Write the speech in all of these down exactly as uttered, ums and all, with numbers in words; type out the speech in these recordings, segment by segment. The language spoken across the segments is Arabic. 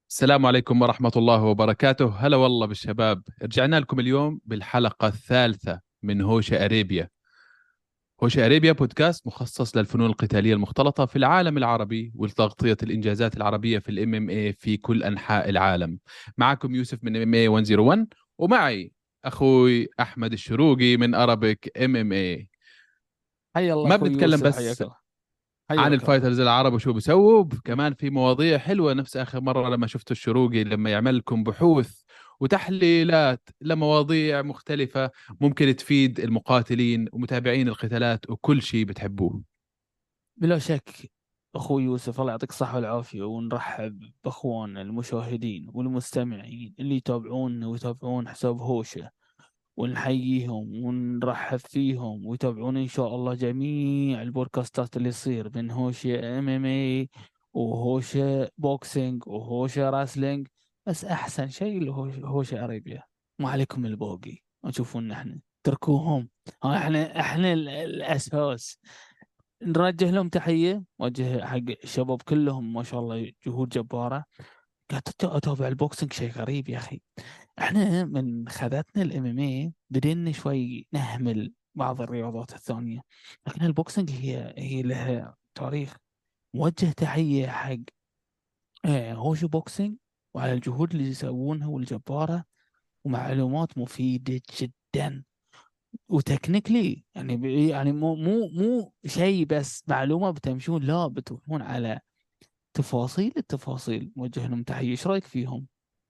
السلام عليكم ورحمة الله وبركاته. هلا والله بالشباب، رجعنا لكم اليوم بالحلقة الثالثة من هوشة أريبيا. هوشة أريبيا بودكاست مخصص للفنون القتالية المختلطة في العالم العربي وتغطية الإنجازات العربية في الام ام اي في كل أنحاء العالم. معكم يوسف من ام ام اي مية وواحد، ومعي أخوي أحمد الشروقي من أرابيك ام ام اي. حيا الله ما اخوي بنتكلم يوسف، حياك بس الله. عن حياك الله. الفايترز العرب وشو بيسووا، م- كمان في مواضيع حلوة نفس آخر مرة لما شفتوا الشروقي لما يعمل لكم بحوث وتحليلات لمواضيع مختلفة ممكن تفيد المقاتلين ومتابعين القتالات وكل شيء بتحبوه. بلا شك اخوي يوسف، الله يعطيك الصحة والعافية، ونرحب باخواننا المشاهدين والمستمعين اللي يتابعونا ويتابعون حساب هوشة، ونحييهم ونرحب فيهم ويتابعون ان شاء الله جميع البودكاستات اللي تصير من هوشة ام ام اي وهوشة بوكسينج وهوشة راسلينج. بس احسن شيء اللي هو هوشة اريبيا. ما عليكم البوقي، تشوفون احنا تركوهم. ها احنا احنا ال- الاساس. نرجع لهم تحية، وجه حق الشباب كلهم ما شاء الله، جهود جبارة. قاعد أت- اتابع البوكسينج، شيء غريب يا اخي. احنا من خذتنا الام ام اي بدينا شوي نهمل بعض الرياضات الثانية، لكن البوكسينج هي هي لها تاريخ. موجه تحية حق آه، هوشو بوكسينج، وعلى الجهود اللي يسوونها والجبارة، ومعلومات مفيدة جدا. وتكنيكلي يعني ب- يعني مو مو مو شيء بس معلومة بتمشون، لا بتروحون على تفاصيل التفاصيل. موجه لهم تحية. ايش رايك فيهم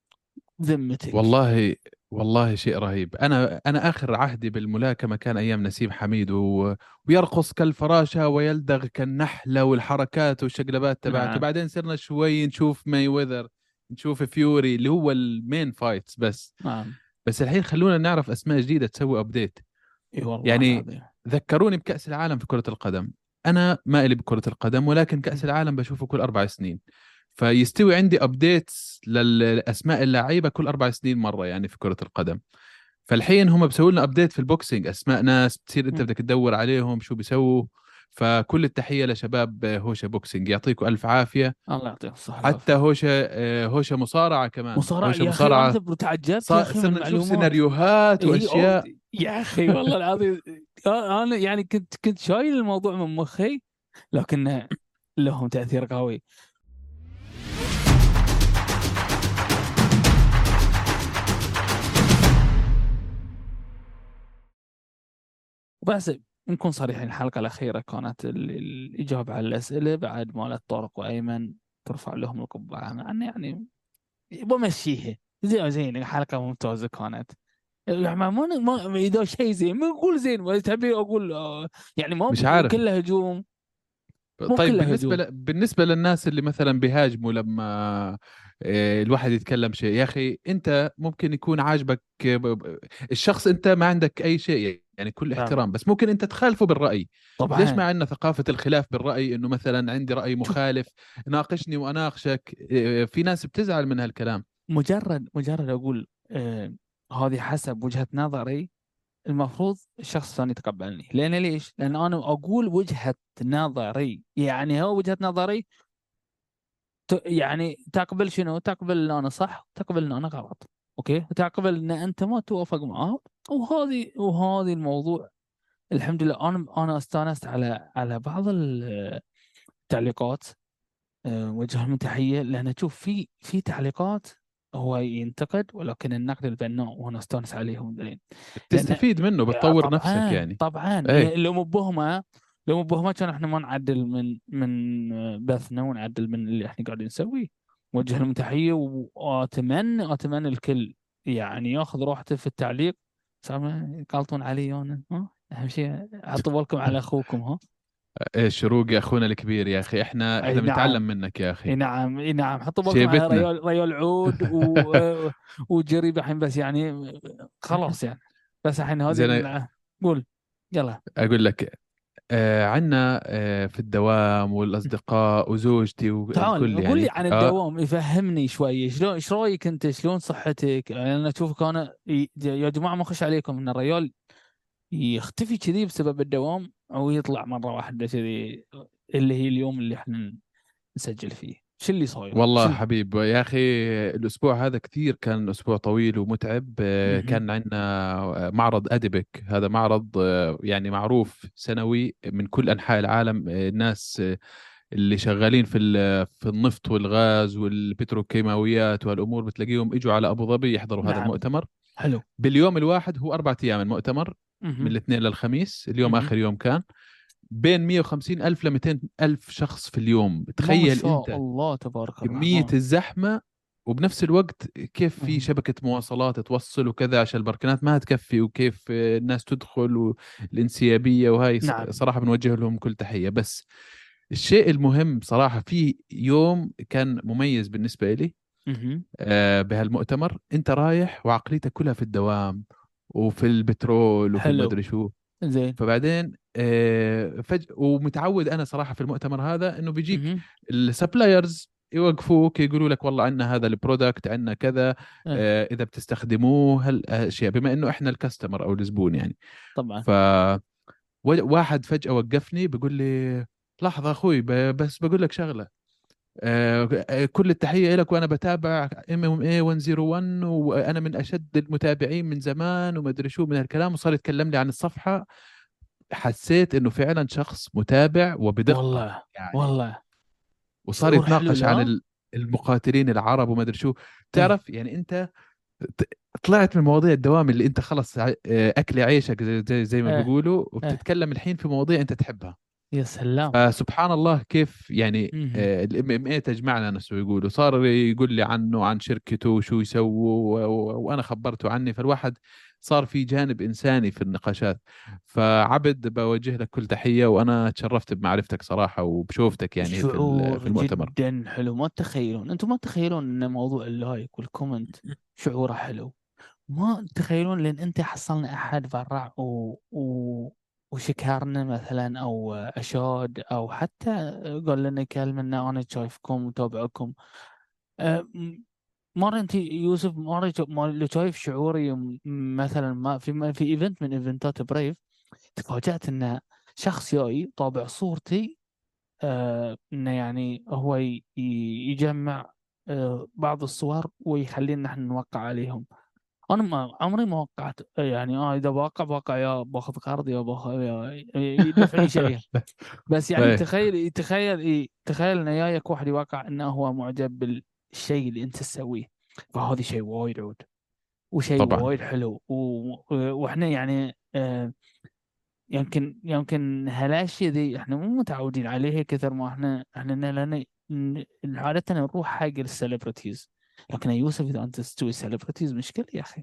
ذمتك؟ والله والله شيء رهيب. أنا أنا آخر عهدي بالملاكمة كان أيام نسيم حميد و... ويرقص كالفراشة ويلدغ كالنحلة والحركات والشقلبات تبعته. نعم. بعدين صرنا شوي نشوف ماي ويذر، نشوف فيوري اللي هو المين فايتس بس. نعم. بس الحين خلونا نعرف أسماء جديدة تسوي أبديت. اي والله يعني العظيم. ذكروني بكأس العالم في كرة القدم. أنا ما إلي بكرة القدم، ولكن كأس مم. العالم بشوفه كل أربع سنين. فيستوي عندي أبديتس للأسماء اللعيبة كل أربع سنين مرة يعني في كرة القدم. فالحين هم بيسووا لنا أبديت في البوكسينج، أسماء ناس بتصير أنت مم. بدك تدور عليهم شو بيسووا. فكل التحية لشباب هوشة بوكسينج، يعطيكم ألف عافية. الله يعطيك الصحة حتى والعافية. هوشة آه، هوشة مصارعة كمان، مصارعة هوشة يا أخي، أنا مصارعة. تب- تعجبت يا صا- أخي من صرنا نشوف المعلومات. سيناريوهات هي أو وأشياء. يا أخي والله العظيم. آه، أنا يعني كنت كنت شايل الموضوع من مخي، لكن لهم تأثير قوي. بس نكون صريحين، الحلقة الأخيرة كانت ال- الإجابة على الأسئلة بعد مالت طارق وأيمن، ترفع لهم القبعة، مع أنه يعني بمشيها زين زين. الحلقة ممتازة كانت. يعني ما ما ما- اذا شيء زين ما اقول زين، ولا تبي اقول آه، يعني ما مش ب- عارف. كله هجوم. مو طيب كله بالنسبة هجوم. ل... بالنسبة للناس اللي مثلا بيهاجموا لما آه، الواحد يتكلم شيء، يا أخي أنت ممكن يكون عاجبك آه، ب- ب- الشخص، أنت ما عندك أي شيء يعني كل طبعا. احترام، بس ممكن أنت تخالفه بالرأي. ليش طبعا. ما عندنا ثقافة الخلاف بالرأي؟ إنه مثلا عندي رأي شوف، مخالف، ناقشني وأناقشك. آه، في ناس بتزعل من هالكلام. مجرد مجرد اقول آه هذه حسب وجهة نظري، المفروض الشخص الثاني يتقبلني. لان ليش؟ لان انا اقول وجهة نظري، يعني هو وجهة نظري. ت- يعني تقبل شنو؟ تقبل ان انا صح، تقبل ان انا غلط. اوكي، تقبل ان انت ما توافق معاه. وهذه وهذه الموضوع. الحمد لله، انا انا استانست على على بعض التعليقات. أه، وجه لهم تحيه، لان اشوف في في تعليقات هو ينتقد، ولكن النقد البناء وانا استانس عليهم ذلين. لان بتستفيد منه، آه، بتطور نفسك طبعا يعني. طبعا، ايه. يعني لو مو بهما، لو مو بهما كان احنا ما نعدل من من آه، بثنا، ونعدل من اللي احنا قاعدين نسويه. وجه لهم تحيه، واتمنى اتمنى الكل يعني ياخذ راحته في التعليق. سامع يقلطون علي انا، ها اهم شيء حطوا بالكم على اخوكم، ها. ايه شروقي اخونا الكبير، يا اخي احنا اي احنا بنتعلم نعم. منك يا اي اخي. نعم. اي نعم، حطوا بالكم على شيبتنا. ريال ريال عود و... آه، وجريب الحين بس يعني. خلاص يعني. بس الحين هذه زين. ال- قول. يلا. اقول لك، آه عنا آه في الدوام والأصدقاء وزوجتي والكل تعال قول لي يعني عن آه الدوام، يفهمني شوي. شلون، ايش رايك انت؟ شلون صحتك؟ يعني انا اشوفك انا ي- يا جماعه ما اخش عليكم ان الرجال يختفي كذي بسبب الدوام، او يطلع مره واحده كذي اللي هي اليوم اللي احنا نسجل فيه. شو اللي صاير والله شو. حبيب يا أخي، الأسبوع هذا كثير كان أسبوع طويل ومتعب. آه، مهم. كان عندنا معرض أديبك، هذا معرض آه، يعني معروف سنوي من كل أنحاء العالم. آه، الناس آه، اللي شغالين في ال- في النفط والغاز والبتروكيماويات والأمور بتلاقيهم إجوا على أبو ظبي يحضروا هذا نعم. المؤتمر. حلو. باليوم الواحد هو أربعة أيام المؤتمر، من مهم. الاثنين للخميس. اليوم مهم. آخر يوم كان بين مية وخمسين ألف ل مئتين ألف شخص في اليوم. ما تخيل شاء أنت الله تبارك كمية الرحمن. الزحمة، وبنفس الوقت كيف في مهم. شبكة مواصلات توصل وكذا عشان البركنات ما تكفي، وكيف الناس تدخل والانسيابية. وهاي ص- نعم. صراحة بنوجه لهم كل تحية. بس الشيء المهم صراحة في يوم كان مميز بالنسبة لي مهم. آه، بهالمؤتمر. انت رايح وعقليتك كلها في الدوام وفي البترول وفي حلو. المدري شو. زين. فبعدين آه، فج... ومتعود انا صراحه في المؤتمر هذا انه بيجيك مهم. السبلايرز يوقفوك يقولوا لك والله عندنا هذا البرودكت، عندنا كذا، إيه. آه، اذا بتستخدموه هالاشياء، بما انه احنا الكاستمر او الزبون يعني. طبعا. ف و- واحد فجأة وقفني بيقول لي لحظة أخوي، ب- بس بقول لك شغلة. آه، آه، كل التحية لك، وأنا بتابع ام ام اي مية وواحد، وأنا من أشد المتابعين من زمان وما أدري شو من هالكلام، وصار يتكلم لي عن الصفحة. حسيت انه فعلا شخص متابع وبدقة والله. يعني. والله. وصار شعور حلو يتناقش عن لا. ال- المقاتلين العرب وما ادري شو. ايه. تعرف يعني انت ت- طلعت من مواضيع الدوام اللي انت خلص ع- اكل عيشك زي, زي, زي ما ايه. بيقولوا، ايه. وبتتكلم الحين في مواضيع انت تحبها. يا سلام. فسبحان الله كيف يعني مهم. الام ام اي تجمعنا، نفسه يقولوا. صار يقول لي عنه عن شركته وشو يسووا، و- و- وانا خبرته عني. فالواحد صار في جانب انساني في النقاشات. فعبد بوجه لك كل تحية، وانا تشرفت بمعرفتك صراحة وبشوفتك يعني في ال- في شعور المؤتمر. جدا حلو. ما تتخيلون انتم، ما تتخيلون ان موضوع اللايك والكومنت شعوره حلو. ما تتخيلون لان انت حصلنا احد برع و... و... وشكرنا مثلا او اشاد او حتى قال لنا كلمه ان انا شايفكم وتابعكم. أه، م- مرة انت يوسف، مرة جو- مرة اللي شايف شعوري م- مثلا ما في ما في ايفنت من ايفنتات بريف، تفاجأت ان شخص جاي طابع صورتي، آه انه يعني هو ي- ي- يجمع آه بعض الصور ويخلينا نحن نوقع عليهم. انا ما عمري ما وقعت، يعني اه اذا بوقع بوقع يا باخذ قرض يا باخذ يا يدفعني شيء. بس يعني ايه تخيل تخيل إيه، تخيل ان جايك واحد يوقع انه هو معجب بالشيء اللي انت تسويه. فهذا شيء وايد عود وشيء طبعا. وايد حلو و... و- واحنا يعني آه يمكن يمكن هالاشياء ذي احنا مو متعودين عليها كثر ما احنا احنا لنا ن- عادة نروح حق السليبرتيز. لكن يا يوسف اذا انت تسوي سليبرتيز مشكلة يا اخي.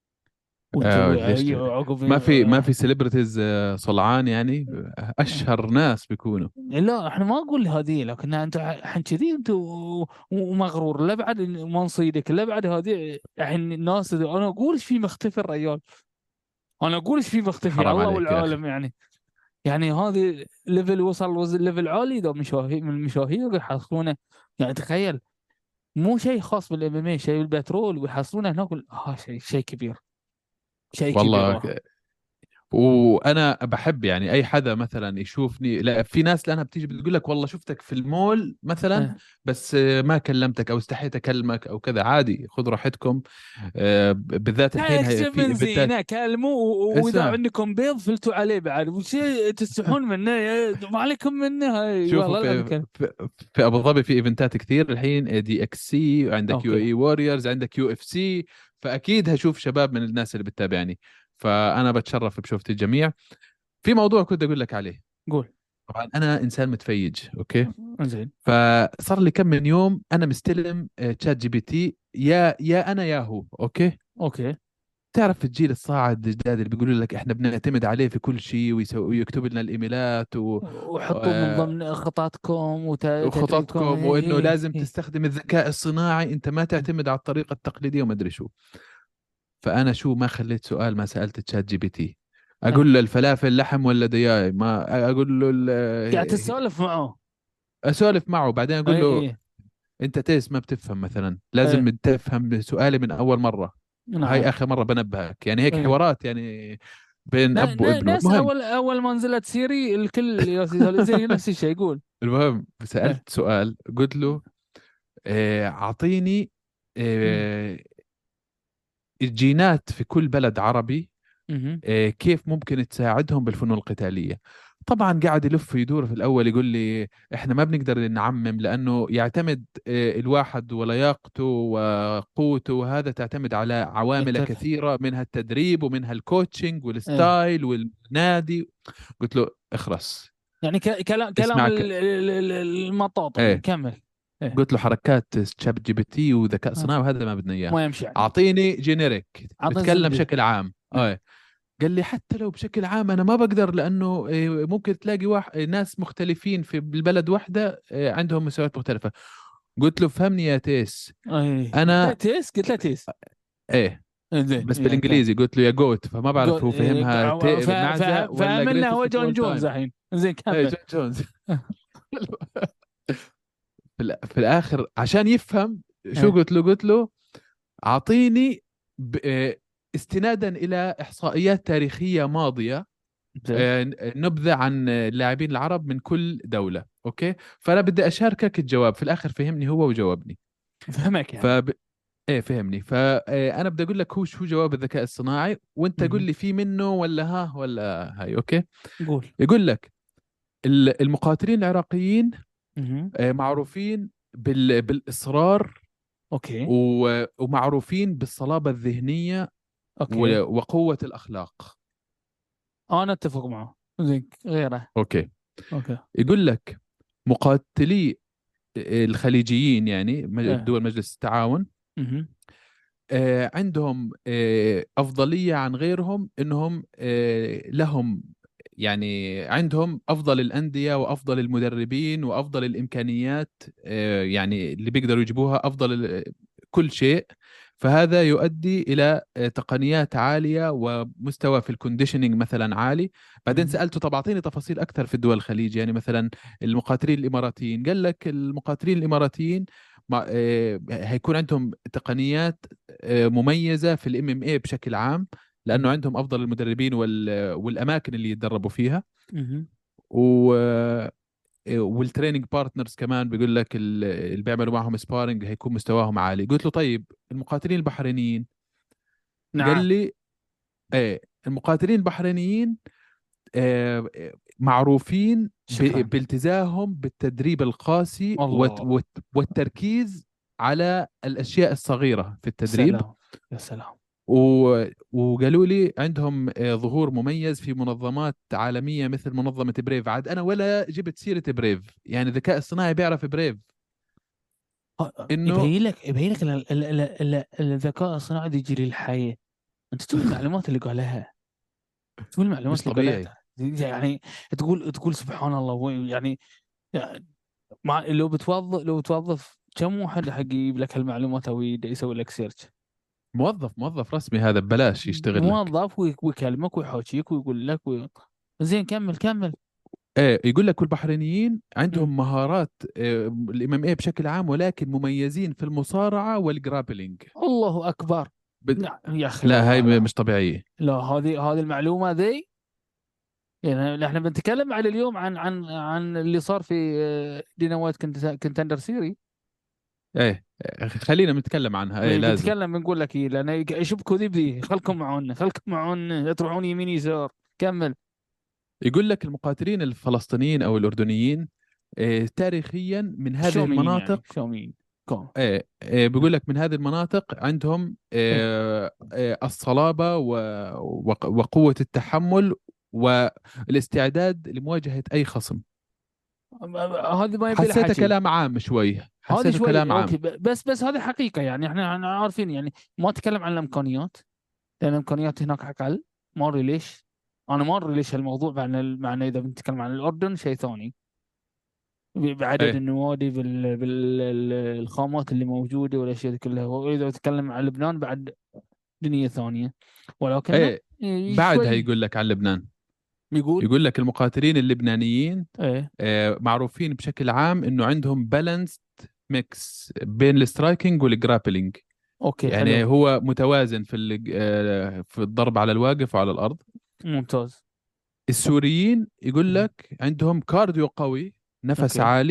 وانت آه و- ليش لا؟ عقب ما في ما آه، في سيلبرتيز صلعان يعني، آه، اشهر ناس بيكونوا. لا احنا ما اقول هذه، لكن انت الحين كذي انت و- ومغرور لا بعد ما نصيدك لا بعد هذه الحين الناس. انا اقول ايش في مختفي الرجال، انا اقول ايش في مختفي حرام الله عليك يا اخي. والعالم يعني. يعني هذه ليفل وصل وصل ليفل عالي، ذا مشاهير من المشاهير يحصلونه. يعني تخيل، مو شيء خاص بالام ام اي، شيء بالبترول ويحصلونه هناك. اه شيء شيء كبير، شيء كبير والله اه. وانا بحب يعني اي حدا مثلا يشوفني. لا، في ناس لانها بتيجي بتقول لك والله شفتك في المول مثلا، اه بس ما كلمتك او استحيت اكلمك او كذا. عادي، خذ راحتكم. آه، بالذات الحين هي اكشف في من ايفنتات. زينه كلموا و- واذا اسمع، عندكم بيض فلتوا عليه بعد، وش تستحون منه يا- ما عليكم منه هاي شوفوا والله العظيم في كلام. في, في ابو ظبي في ايفنتات كثير الحين، دي اكس سي، عندك يو اوكي. اي ووريرز، عندك يو اف سي. فاكيد هشوف شباب من الناس اللي بتتابعني. فانا بتشرف بشوفة الجميع. في موضوع كنت اقول لك عليه. قول. طبعا انا انسان متفيج، اوكي. زين. فصار لي كم من يوم انا مستلم آه، تشات جي بي تي، يا يا انا يا هو، اوكي. اوكي. تعرف الجيل الصاعد الجداد اللي بيقولوا لك احنا بنعتمد عليه في كل شيء، ويسوي ويكتب لنا الايميلات و... وحطوا من و- ضمن خططكم وتدريبكم. وخططكم، إيه وانه إيه لازم إيه. تستخدم الذكاء الصناعي، انت ما تعتمد على الطريقه التقليديه وما ادري شو. فانا شو ما خليت سؤال ما سالت تشات جي بي تي. إيه. اقول له الفلافل لحم ولا دجاج، ما اقول له قاعد ال- تسولف معه. اسولف معه. بعدين اقول اي له اي. انت تيس ما بتفهم مثلا، اي. لازم تفهم سؤالي من اول مره. وهي نعم. اخر مره بنبهك، يعني هيك اي. حوارات يعني بين ن- اب ن- وابنه. ناس المهم، اول اول ما نزلت سيري الكل يا سيدي زي نفس الشيء يقول. المهم ايه. سالت سؤال قلت له آه، أعطيني مم. آه، الجينات في كل بلد عربي، مهم. آه، كيف ممكن تساعدهم بالفنون القتالية. طبعا قاعد يلف يدور في الأول يقول لي إحنا ما بنقدر نعمم، لأنه يعتمد آه، الواحد ولياقته وقوته، وهذا تعتمد على عوامل يختلف. كثيرة، منها التدريب ومنها الكوتشنج ايه والستايل والنادي. قلت له اخرس، يعني ك- كلام كلام اسمع ال- ك... ال- ال- المطاط يعني، ايه كمل. ايه. قلت له حركات شات جي بي تي وذكاء آه. صناعي وهذا ما بدنا اياه، ما يمشي عندي. اعطيني جينيريك عطني بتكلم زبده. بشكل عام. ايه. اه قال لي حتى لو بشكل عام انا ما بقدر، لانه إيه، ممكن تلاقي واحد ناس مختلفين في البلد واحده إيه، عندهم مستويات مختلفه. قلت له فهمني يا تيس، ايه قلت له انا تيس، قلت له تيس. ايه إيه زين، بس إيه كان. بالانجليزي قلت له يا جوت، فما بعرف جو- هو إيه فهمها ق- تي فا- معزه فا- ولا فهمنا هو جريتست اوف جون اول جونز تايم. الحين. زين ايه كمل. جون جونز. في الآ- في الاخر عشان يفهم شو ايه قلت له، قلت له اعطيني ب- آه، استنادا الى احصائيات تاريخيه ماضيه، زين. آه، نبذه عن اللاعبين العرب من كل دوله. اوكي، فانا بدي اشاركك الجواب. في الاخر فهمني هو وجاوبني. فهمك ف يعني. ايه فهمني. فانا بدي اقول لك هو شو جواب الذكاء الصناعي، وانت قول مهم. لي في منه ولا ها ولا هاي. اوكي، قول. يقول لك ال- المقاتلين العراقيين مهم. آه، معروفين بال... بالاصرار، اوكي. و- ومعروفين بالصلابة الذهنية و- اوكي وقوة الأخلاق. انا اتفق معه. زين غيره. أوكي، اوكي. يقول لك مقاتلي الخليجيين، يعني ايه. دول مجلس التعاون، مهم. آه، عندهم آه، أفضلية عن غيرهم، إنهم آه، لهم، يعني عندهم أفضل الأندية وأفضل المدربين وأفضل الإمكانيات، آه، يعني اللي بيقدروا يجيبوها أفضل ال- كل شيء. فهذا يؤدي إلى آه، تقنيات عالية ومستوى في الكونديشنينج مثلا عالي. بعدين مهم. سألته طب أعطيني تفاصيل أكثر في الدول الخليج، يعني مثلا المقاتلين الإماراتيين. قال لك المقاتلين الإماراتيين مع- آه، هيكون عندهم تقنيات آه، مميزة في الام ام اي بشكل عام، لأنه مهم. عندهم أفضل المدربين وال- والأماكن اللي يتدربوا فيها. مهم. و والتريننج بارتنرز كمان بيقول لك ال- اللي بيعملوا معهم سبارنج هيكون مستواهم عالي. قلت له طيب المقاتلين البحرينيين؟ قال نعم. لي ايه المقاتلين البحرينيين آه، آه، معروفين شكرا. ب- بالتزامهم بالتدريب القاسي والت- الله. والت- والتركيز على الأشياء الصغيرة في التدريب. سلام. يا سلام. و- وقالوا لي عندهم آه، ظهور مميز في منظمات عالمية مثل منظمة بريف. عاد أنا ولا جبت سيرة بريف، يعني الذكاء الصناعي بيعرف بريف ه- إنه يبين لك يبين لك ال- ال- ال- ال- الذكاء الصناعي دي يجري الحياة. انت تشوف المعلومات اللي قالها، تشوف مش المعلومات اللي طبيعي. قالها. يعني تقول تقول سبحان الله. وين يعني، يعني مع لو بتوظف لو بتوظف كم واحد حق يجيب لك هالمعلومات او يد- يسوي لك سيرش. موظف موظف رسمي هذا ببلاش يشتغل لك. موظف وي- ويكلمك ويحوشيك ويقول لك وي... زين كمل كمل. ايه يقول لك البحرينيين مم. عندهم مهارات الام ام اي بشكل عام، ولكن مميزين في المصارعة والجرابلينج. الله اكبر. بد... لا يا اخي، لا هاي لا لا مش طبيعية. لا. هذه هذه المعلومة ذي. يعني احنا بنتكلم عن اليوم عن عن عن اللي صار في آه، دينامايت كنتندر سيري. ايه خلينا نتكلم عنها، ايه لازم. بنتكلم بنقول لك ايه، لان يشبكوا ذي بذي. خلكم معونا، خلكم معونا، تروحون يمين يسار. كمل. يقول لك المقاتلين الفلسطينيين او الاردنيين آه، تاريخيا من هذه شوميين المناطق. يعني شوميين. كم. ايه إيه بيقول لك من هذه المناطق عندهم ايه. آه، آه، الصلابة و- وق- وقوة التحمل والاستعداد لمواجهة أي خصم. هذا ما يبي له حسيته حكي. كلام عام شوي، هذه حسيته كلام شوي اوكي، عام. ب- بس بس هذه حقيقة. يعني احنا احنا عارفين يعني. ما اتكلم عن الامكانيات، لان الامكانيات هناك اقل. ما ادري ليش. انا ما ادري ليش هالموضوع. مع مع اذا بنتكلم عن الاردن شيء ثاني، بعدد ايه النوادي بالخامات اللي موجودة والأشياء دي كلها. وإذا تتكلم عن لبنان بعد دنيا ثانية. ولكنه ايه إيه، بعدها شوي. يقول لك عن لبنان. يقول. يقول لك المقاتلين اللبنانيين ايه. آه، معروفين بشكل عام انه عندهم بالانس ميكس بين السترايكنج والجرابلينج. اوكي يعني حلو. هو متوازن في ال- آه، في الضرب على الواقف وعلى الارض. ممتاز. السوريين يقول مم. لك عندهم كارديو قوي، نفس اوكي. عالي،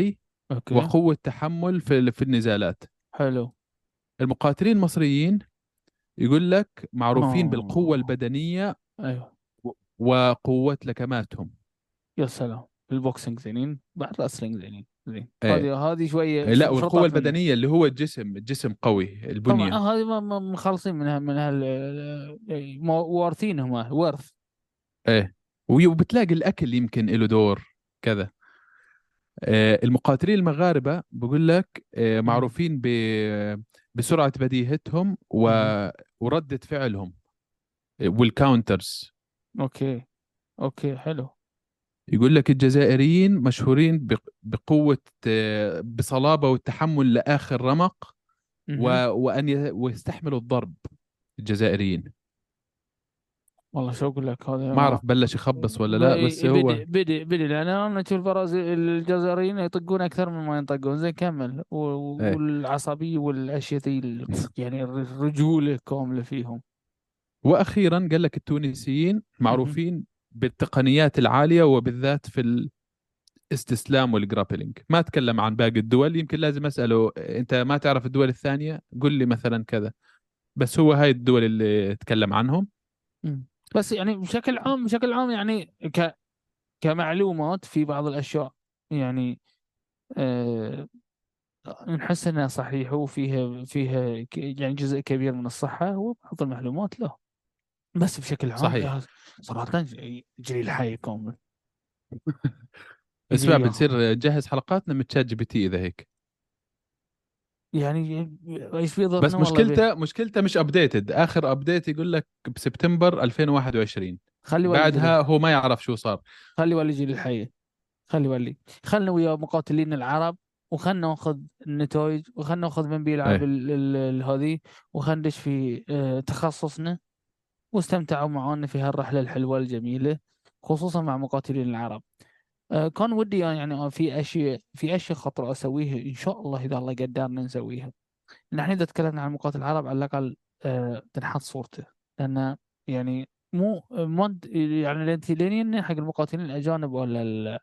اوكي. وقوة تحمل في في النزالات. حلو. المقاتلين المصريين يقول لك معروفين بالقوة اه. البدنية ايوه. و- وقوة لكماتهم. يا سلام، البوكسينج زينين، بعد الرسلينج زينين زين. ايه. هذه هذه شويه لا، ف- والقوة فرطت منه. البدنية اللي هو الجسم الجسم قوي طبعا البنية. آه، هذه ما- ما- مخلصين منها من هال ما- وارثينهم ورث. ايه. وي- وبتلاقي الاكل يمكن له دور كذا. آه، المقاتلين المغاربة بقول لك آه، مم. معروفين ب بسرعة بديهتهم و... مم. وردة فعلهم والكاونترز. اوكي. اوكي حلو. يقول لك الجزائريين مشهورين بق- بقوة آه، بصلابة والتحمل لآخر رمق و... مهم. وأن ي... ويستحملوا الضرب. الجزائريين والله شو اقول لك، هذا ما ما أعرف بلش يخبص ولا لا، بس ب- هو بدي بدي بدي لان انا اشوف البرازيل الجزائريين يطقون اكثر مما ينطقون. زين كمل. و- ايه. والعصبيه والاشياء ذي ال- يعني الرجوله كامله فيهم. وأخيرا قال لك التونسيين مهم. معروفين بالتقنيات العالية وبالذات في الاستسلام والجرابلينج. ما أتكلم عن باقي الدول، يمكن لازم أسأله أنت ما تعرف الدول الثانية قل لي مثلا كذا. بس هو هاي الدول اللي اتكلم عنهم. مم. بس يعني بشكل عام، بشكل عام يعني ك كمعلومات في بعض الاشياء يعني آه نحس انها صحيحه وفيها فيها ك- يعني جزء كبير من الصحه، وبعض المعلومات لا. بس بشكل عام صحيح. يا صراحه جري الحي كامل. اسمع، يجري بنصير نجهز حلقاتنا من تشات جي بي تي إذا هيك. يعني ايش بيضرنا بس والله به. مشكلته مشكلته مش ابديتد. اخر ابديت يقول لك بسبتمبر ألفين وواحد وعشرين. خلي ولي بعدها جري. هو ما يعرف شو صار. خلي ولي جري الحي. خلي ولي. خلنا ويا مقاتلين العرب، وخلنا ناخذ النتائج، وخلنا ناخذ من بيلعب ايه. ال- ال- ال- هذه، وخلنا ندش في آه، تخصصنا، واستمتعوا معنا في هالرحلة الحلوة الجميلة، خصوصا مع مقاتلين العرب. آه، كان ودي يعني في أشياء في أشياء خطرة أسويها إن شاء الله إذا الله قدرنا نسويها. نحن إذا تكلمنا عن مقاتل العرب على الأقل آه، تنحط صورته، لأن يعني مو ما ند- يعني لين لين حق المقاتلين الأجانب ولا ال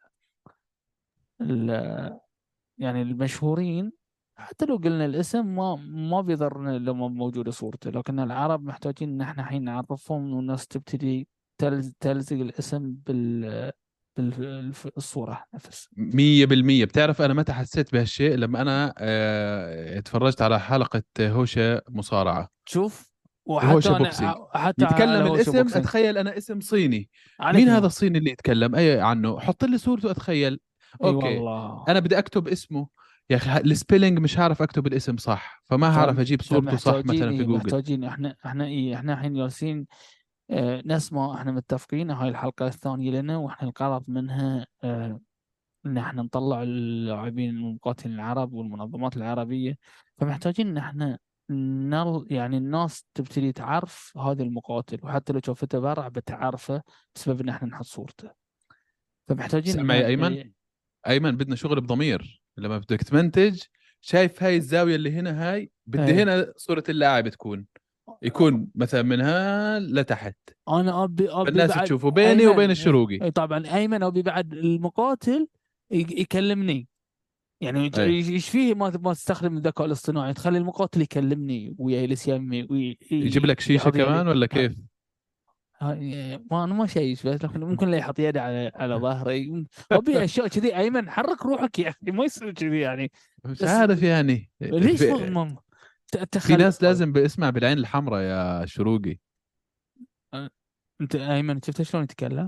ال يعني المشهورين، حتى لو قلنا الاسم ما ما بيضرنا لو ما موجودة صورته. لكن العرب محتاجين ان احنا الحين نعرفهم، والناس تبتدي تلز تلزق الاسم بال بالصورة نفس. مية بالمية. بتعرف أنا متى حسيت بهالشيء؟ لما أنا آه، اتفرجت على حلقة هوشة مصارعة شوف. وحتى وهوشة انا بوكسينج. حتى على يتكلم هوش الاسم بوكسينج. أتخيل أنا اسم صيني. عليك مين هذا نور. الصيني اللي يتكلم أي عنه؟ حط لي صورته أتخيل. اي أوكي. والله. أنا بدي أكتب اسمه. يا أخي السبيلينج مش هعرف أكتب الاسم صح، فما هعرف فم- أجيب صورته صح فمحتاجين مثلا في إيه جوجل. محتاجين احنا احنا ايه احنا الحين جالسين اه نسمع. احنا متفقين هاي الحلقة الثانية لنا، واحنا الغرض منها اه ان احنا نطلع اللاعبين المقاتلين العرب والمنظمات العربية. فمحتاجين ان احنا نل يعني الناس تبتدي تعرف هذا المقاتل، وحتى لو شافته برا بتعرفه بسبب ان احنا نحط صورته. فمحتاجين اسمع يا ان أيمن. إيه، أيمن بدنا شغل بضمير لما بدك تمنتج. شايف هاي الزاوية اللي هنا؟ هاي بدي ايه هنا صورة اللاعب تكون يكون مثلا من ها لتحت، انا ابي ابي فالناس بعد تشوفه بيني وبين ايمن. ايه الشروقي. إيه، طبعا ايمن ابي بعد المقاتل ي- يكلمني. يعني يج- ايه. ايش فيه ما ما تستخدم الذكاء الاصطناعي، تخلي المقاتل يكلمني ويجلس يمي يجيب لك شيشة ويحط يدي. كمان ولا كيف؟ هاي- ما انا ما شايف، بس لكن ممكن لا يحط يده على على ظهري. ابي اشياء كذي. ايمن حرك روحك يا اخي، ما يصير كذي يعني. مش بس عارف يعني. ليش ما في, ما- ت- في تخل ناس لازم باسمع بالعين الحمراء يا شروقي. انت ايمن شفت شلون يتكلم؟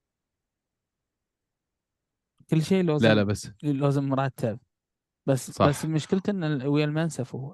كل شيء لا لا لازم بس. لازم مرتب. بس بس صح. مشكلته ان ال- ويا المنسف هو.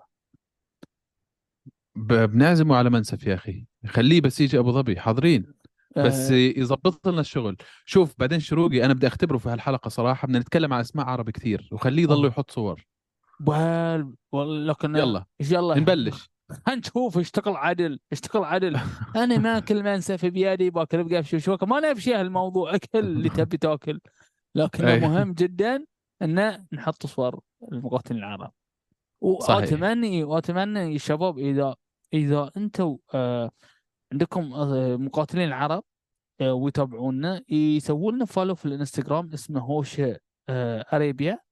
ب- بنعزمه على منسف يا اخي، خليه بس يجي ابو ظبي حاضرين. بس آه يظبط لنا الشغل. شوف بعدين شروقي انا بدي اختبره في هالحلقة صراحة. بدنا نتكلم عن اسماء عربي كثير وخليه يضل أوه. يحط صور. وال وال- لكن يلا يلا نبلش. هنشوف. اشتغل عدل، اشتغل عدل. انا ما اكل منسف بيدي، باكل بقف شوكه، ما نمشي هالموضوع. اكل اللي تبي تاكل. لكنه اي. مهم جدا ان نحط صور المقاتلين العرب. صحيح. واتمنى واتمنى يا شباب، اذا اذا انتم آه عندكم آه مقاتلين عرب آه ويتابعونا، يسووا لنا فولو في الانستغرام اسمه هوش آه اريبيا.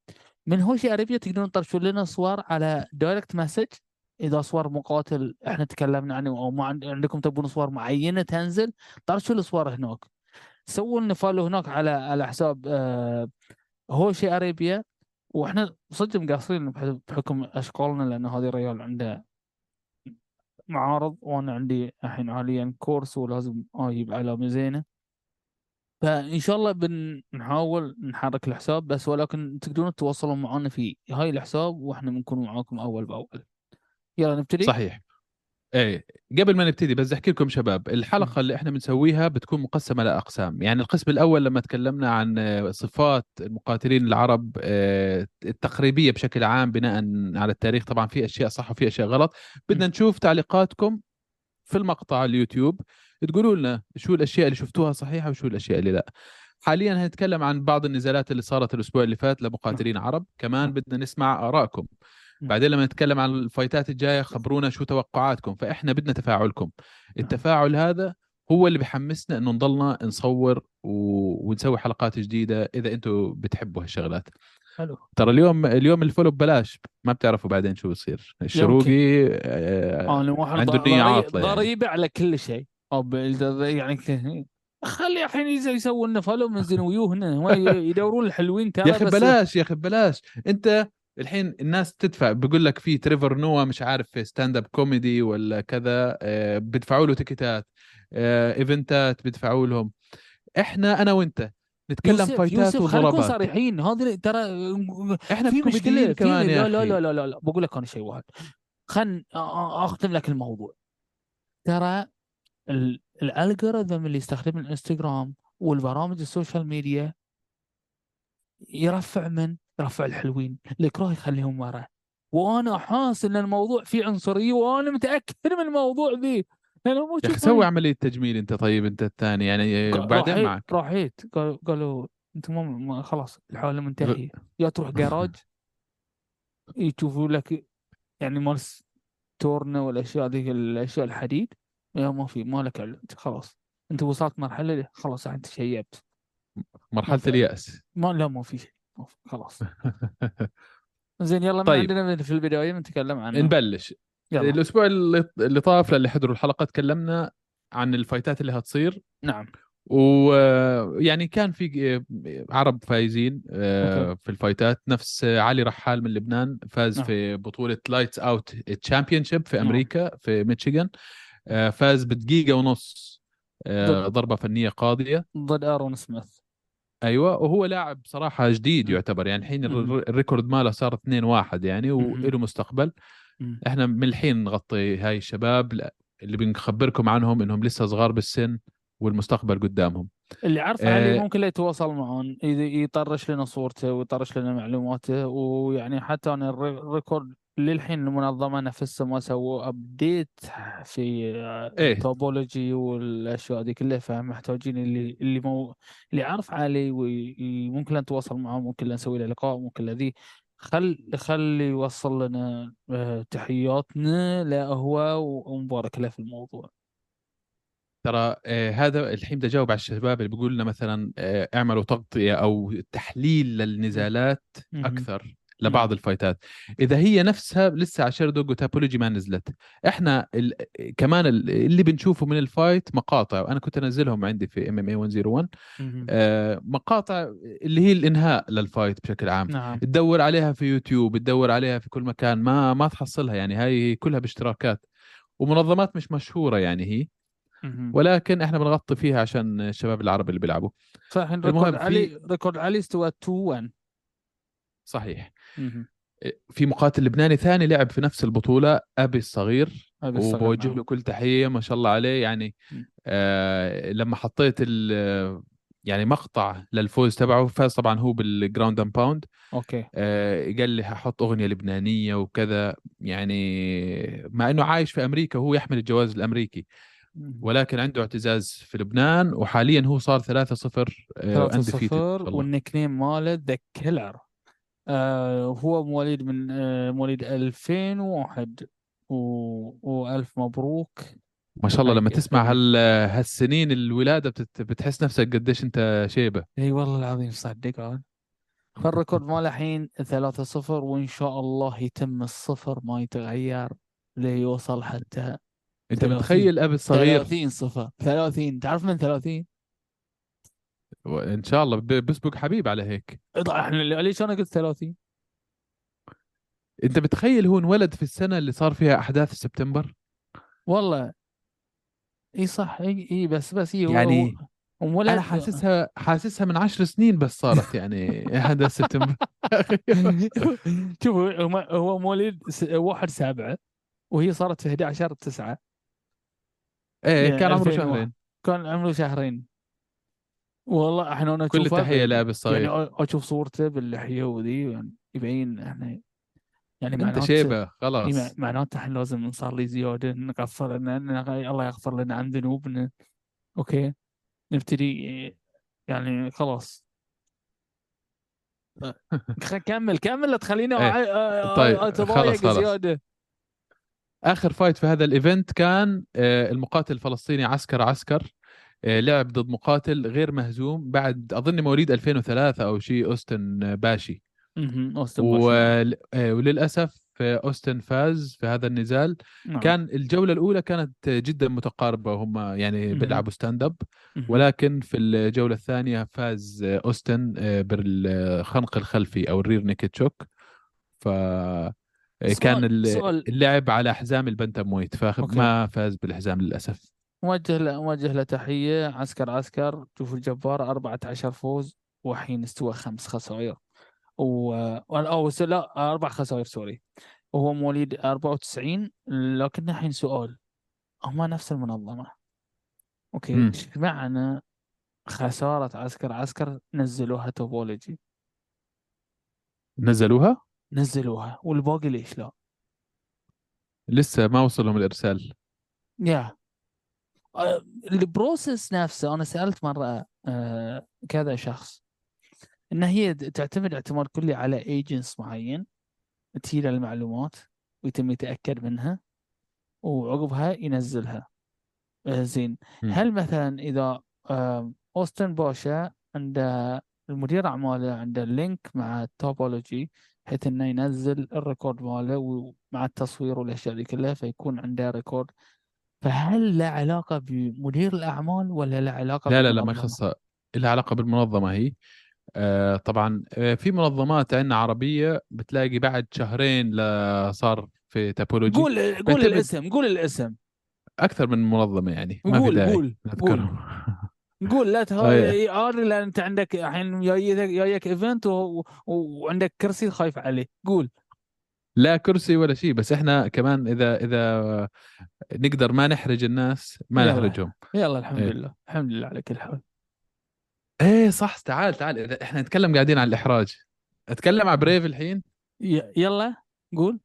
من هوشي اريبيا تقدرون ترشوا لنا صور على دايركت مسج، اذا صور مقاتل احنا تكلمنا عنه او ما عند- عندكم تبون صور معينه تنزل، طرشوا الصور هناك. سووا لنا فولو هناك على على حساب آه هوشي اريبيا. واحنا صدق مقصرين بح- بحكم اشغالنا، لان هذه الرجال عنده معارض، وانا عندي الحين حاليا كورس ولازم اجيب علامه زينه. فان شاء الله بنحاول نحرك الحساب بس، ولكن تقدرون تتواصلون معنا في هاي الحساب واحنا بنكون معاكم اول باول. يلا نبتدي. صحيح. ايه، قبل ما نبتدي بس احكي لكم شباب، مم. الحلقه اللي احنا بنسويها بتكون مقسمه لاقسام. يعني القسم الاول لما تكلمنا عن آه، صفات المقاتلين العرب آه، التقريبيه بشكل عام بناء على التاريخ، طبعا في اشياء صح وفي اشياء غلط. مم. بدنا نشوف تعليقاتكم في المقطع على اليوتيوب، تقولوا لنا شو الاشياء اللي شفتوها صحيحه وشو الاشياء اللي لا. حاليا هنتكلم عن بعض النزالات اللي صارت الاسبوع اللي فات نعم. لمقاتلين عرب، نعم. كمان بدنا نسمع ارائكم. مم. بعدين لما نتكلم عن الفايتات الجاية خبرونا شو توقعاتكم، فإحنا بدنا تفاعلكم. نعم. التفاعل هذا هو اللي بحمسنا إنه نضلنا نصور و... ونسوي حلقات جديدة إذا أنتم بتحبوا هالشغلات. حلو. ترى اليوم اليوم الفولو ببلاش، ما بتعرفوا بعدين شو بصير. يمكن الشروقي آه، انا واحد عنده ض- النية ضري- عاطلة يعني. ضريبه على كل شيء، او ب- يعني ك- خلي الحين يز- يسوون لنا فولو من زنويوه هنا، هم ي- يدورون الحلوين يا ترى أخي بس. بلاش، يا أخي بلاش. أنت الحين الناس تدفع، بقول لك في تريفر نوا مش عارف في ستاند اب كوميدي ولا كذا، آه، بدفعوا له تيكتات، آه، ايفنتات بدفعوا لهم. احنا انا وانت نتكلم يوسف فايتات يوسف خلينا نكون وضربات. صريحين، هذه ترى احنا في مشكله كوميديين في كمان يا لا لا اخي. لا لا لا, لا. بقول لك انا شيء واحد. خل اختم لك الموضوع. ترى ال- الالجوريثم اللي يستخدم الانستغرام والبرامج السوشيال ميديا يرفع من يرفع الحلوين، الكره يخليهم ورا. وانا حاسس ان الموضوع فيه عنصريه، وانا متاكد من الموضوع ذي. انا مو يا اخي سوي شوفي. عملية تجميل انت، طيب انت الثاني يعني، ق- وبعدين راحت معك. راحت قال- قالوا انتم ما ما- خلاص الحاله غ... منتهيه. يا تروح جراج يشوفوا لك، يعني مال تورنا والاشياء ذيك الاشياء الحديد. يا ما في ما لك علم. انت خلاص انت وصلت مرحله خلاص انت شيبت. ما مرحلة في اليأس. ما لا ما في شيء ما في. خلاص. زين يلا من طيب عندنا في البدايه نتكلم عنه. نبلش. يلا. الاسبوع اللي اللي طاف للي حضروا الحلقة تكلمنا عن الفايتات اللي هتصير، نعم. ويعني كان في عرب فايزين اوكي. آه، في الفايتات، نفس علي رحال من لبنان فاز نعم. في بطولة لايتس اوت تشامبيونشيب في نعم. امريكا في ميشيغان. آه، فاز بدقيقة ونص، ضد آه، ضربة فنية قاضية. ضد ارون سميث. ايوه، وهو لاعب صراحة جديد مم. يعتبر، يعني الحين مم. الر- الريكورد ماله صار اثنين واحد يعني، مم. وله مستقبل. مم. احنا من الحين نغطي هاي الشباب، لا، اللي بنخبركم عنهم انهم لسه صغار بالسن والمستقبل قدامهم. اللي عارف علي آه، ممكن لا يتواصل معون، ي- يطرش لنا صورته ويطرش لنا معلوماته، ويعني حتى انا الري- الريكورد للحين المنظمة نفسها ما سووا ابديت في ايه التوبولوجي والاشياء دي كلها، فمحتاجين اللي اللي مو اللي عارف علي وممكن نتواصل معه، ممكن نسوي له لقاء، ممكن ذي. خل خلي يوصل لنا آه، تحياتنا له هو، ومبارك له في الموضوع. ترى آه، هذا الحين بدي اجاوب على الشباب اللي بيقول لنا مثلا آه، اعملوا تغطية او تحليل مم. للنزالات مهم. اكثر نعم. لبعض الفايتات. اذا هي نفسها لسه على شيردوج وتابولوجي ما نزلت، احنا ال... كمان ال- اللي بنشوفه من الفايت مقاطع، وانا كنت انزلهم عندي في ام ام اي مية وواحد. مهم. آه، مقاطع اللي هي الانهاء للفايت بشكل عام. نعم. تدور عليها في يوتيوب، تدور عليها في كل مكان، ما ما تحصلها يعني. هاي كلها باشتراكات ومنظمات مش مشهورة يعني هي، مهم. ولكن احنا بنغطي فيها عشان الشباب العرب اللي بيلعبوا. فالحين ريكورد المهم علي في، ريكورد علي استوى اتنين واحد. صحيح، مهم. في مقاتل لبناني ثاني لعب في نفس البطولة، أبي الصغير، ابي الصغير. وبوجه نعم. له كل تحية ما شاء الله عليه يعني. مم. آه لما حطيت ال يعني مقطع للفوز تبعه، فاز طبعا هو بالجراوند اند باوند. اوكي. آه قال لي هحط أغنية لبنانية وكذا يعني، مع إنه عايش في أمريكا وهو يحمل الجواز الأمريكي، مهم. ولكن عنده اعتزاز في لبنان، وحاليا هو صار ثلاثة صفر اندفيتد ثلاثة صفر والله. والنيك نيم ماله ذا كيلر. آه هو مواليد من آه مواليد ألفين وواحد و... والف مبروك. ما شاء الله، لما حق تسمع حقنا. هال هالسنين الولادة بتت... بتحس نفسك قديش انت شيبة. اي والله العظيم صدق عاد. فالريكورد ماله الحين ثلاثة صفر، وإن شاء الله يتم الصفر ما يتغير ليوصل حتى انت ثلاثين. متخيل ابي الصغير؟ ثلاثين صفر، ثلاثين، تعرف من ثلاثين؟ ان شاء الله ب- بسبق حبيب على هيك. احنا ليش انا قلت ثلاثين؟ انت متخيل هو انولد في السنه اللي صار فيها احداث سبتمبر؟ والله اي صح، اي اي بس بس اي هو هو يعني انا انولد. حاسسها حاسسها من عشر سنين بس صارت يعني احداث سبتمبر. شوف، هو هو مواليد س- واحد سبعة، وهي صارت في أحد عشر تسعة، ايه يعني كان عمره ألفين وواحد. شهرين. كان عمره شهرين. والله احنا انا كل اشوفه التحيه ب... لابي يعني الصغير. أ- اشوف صورته باللحية وذي، يعني يبين احنا، يعني انت معنات، شيبه إي مع- خلاص. معناته احنا لازم نصلي لي زيادة، نغفر لنا، ن- الله يغفر لنا عن ذنوبنا. اوكي، نبتدي يعني خلاص. خ- كمل كمل، لا تخليني أع- ايه أ- أ- طيب خلاص اتضايق خلاص. زيادة. اخر فايت في هذا الايفنت كان آه، المقاتل الفلسطيني عسكر عسكر آه، لعب ضد مقاتل غير مهزوم بعد اظن مواليد ألفين وثلاثة او شيء، اوستن باشي. مهم. اوستن باش، نعم. ول- آه، وللاسف آه، اوستن فاز في هذا النزال. نعم. كان الجوله الاولى كانت جدا متقاربه، هم يعني مهم. بيلعبوا ستاند اب. مهم. ولكن في الجوله الثانيه فاز آه، اوستن آه، بالخنق الخلفي او الرير نيكد شوك. ف كان سؤال ال- سؤال اللعب على حزام البنتم ويت اوكي. فما فاز بالحزام للأسف. موجه له موجه له تحية. عسكر عسكر، شوف الجبار، أربعة عشر فوز، وحين استوى خمس خسائر. و وأنا- أو س- لا، أربع خسائر، سوري. وهو مواليد أربعة وتسعين. لكن الحين سؤال، هما نفس المنظمة، اوكي، امم ايش معنى خسارة عسكر عسكر نزلوها توبولوجي؟ نزلوها. نزلوها والباقي ليش لا؟ لسه ما وصلهم الإرسال. يا آه، البروسيس نفسه، أنا سألت مرة آه، كذا شخص، إن هي تعتمد اعتماد كلي على ايجنس معين، تجي المعلومات ويتم يتأكد منها، وعقبها ينزلها. آه، زين. مم. هل مثلا إذا آه، أوستن باشا عنده المدير أعماله عنده اللينك مع التوبولوجي، بحيث إنه ينزل الريكورد ماله ومع التصوير والأشياء دي كلها، فيكون عنده ريكورد، فهل له علاقة بمدير الأعمال ولا له علاقة لا لا لا، ما بالمنظمة؟ يخصها. لها علاقة بالمنظمة هي. آه طبعا آه في منظمات عندنا عربية بتلاقي بعد شهرين لا صار في تابولوجي. قول قول بيعتمد الاسم، قول الاسم. أكثر من منظمة يعني ما في قول داعي قول قول نذكرهم. قول لا آه تهاري، لان انت عندك الحين جايك جايك ايفنت و... و... وعندك كرسي خايف عليه. قول. لا كرسي ولا شيء، بس احنا كمان إذا إذا نقدر ما نحرج الناس ما يلا نحرجهم. يلا، الحمد إيه. لله الحمد لله على كل حال. ايه صح، تعال تعال إذا احنا نتكلم قاعدين عن الاحراج، اتكلم عن بريف الحين. ي... يلا قول.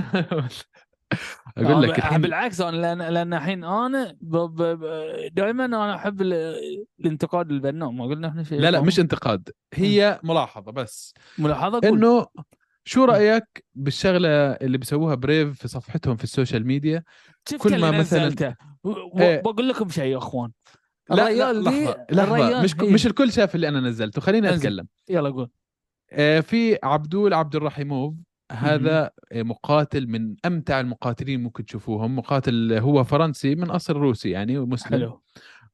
اقول آه، لك ب- الحين. بالعكس، انا لان لان الحين انا ب... ب... ب... دائما انا احب ال... الانتقاد البناء، ما قلنا احنا شيء لا لا ما مش هو. انتقاد، مم. هي ملاحظة بس. ملاحظه، قول. انه شو مم. رأيك بالشغلة اللي بيسووها بريف في صفحتهم في السوشيال ميديا؟ شفت كل اللي ما مثلا نزلته، و... و- ايه. بقول لكم شيء يا اخوان، لا لا الريال ذي، لحظة لحظة، الريال مش ك- هي. مش الكل شاف اللي انا نزلته، خليني انزين، اتكلم. يلا قول. آه، في عبدول عبد الرحيموف. مهم. هذا آه، مقاتل من امتع المقاتلين ممكن تشوفوهم. مقاتل هو فرنسي من اصل روسي يعني ومسلم. حلو.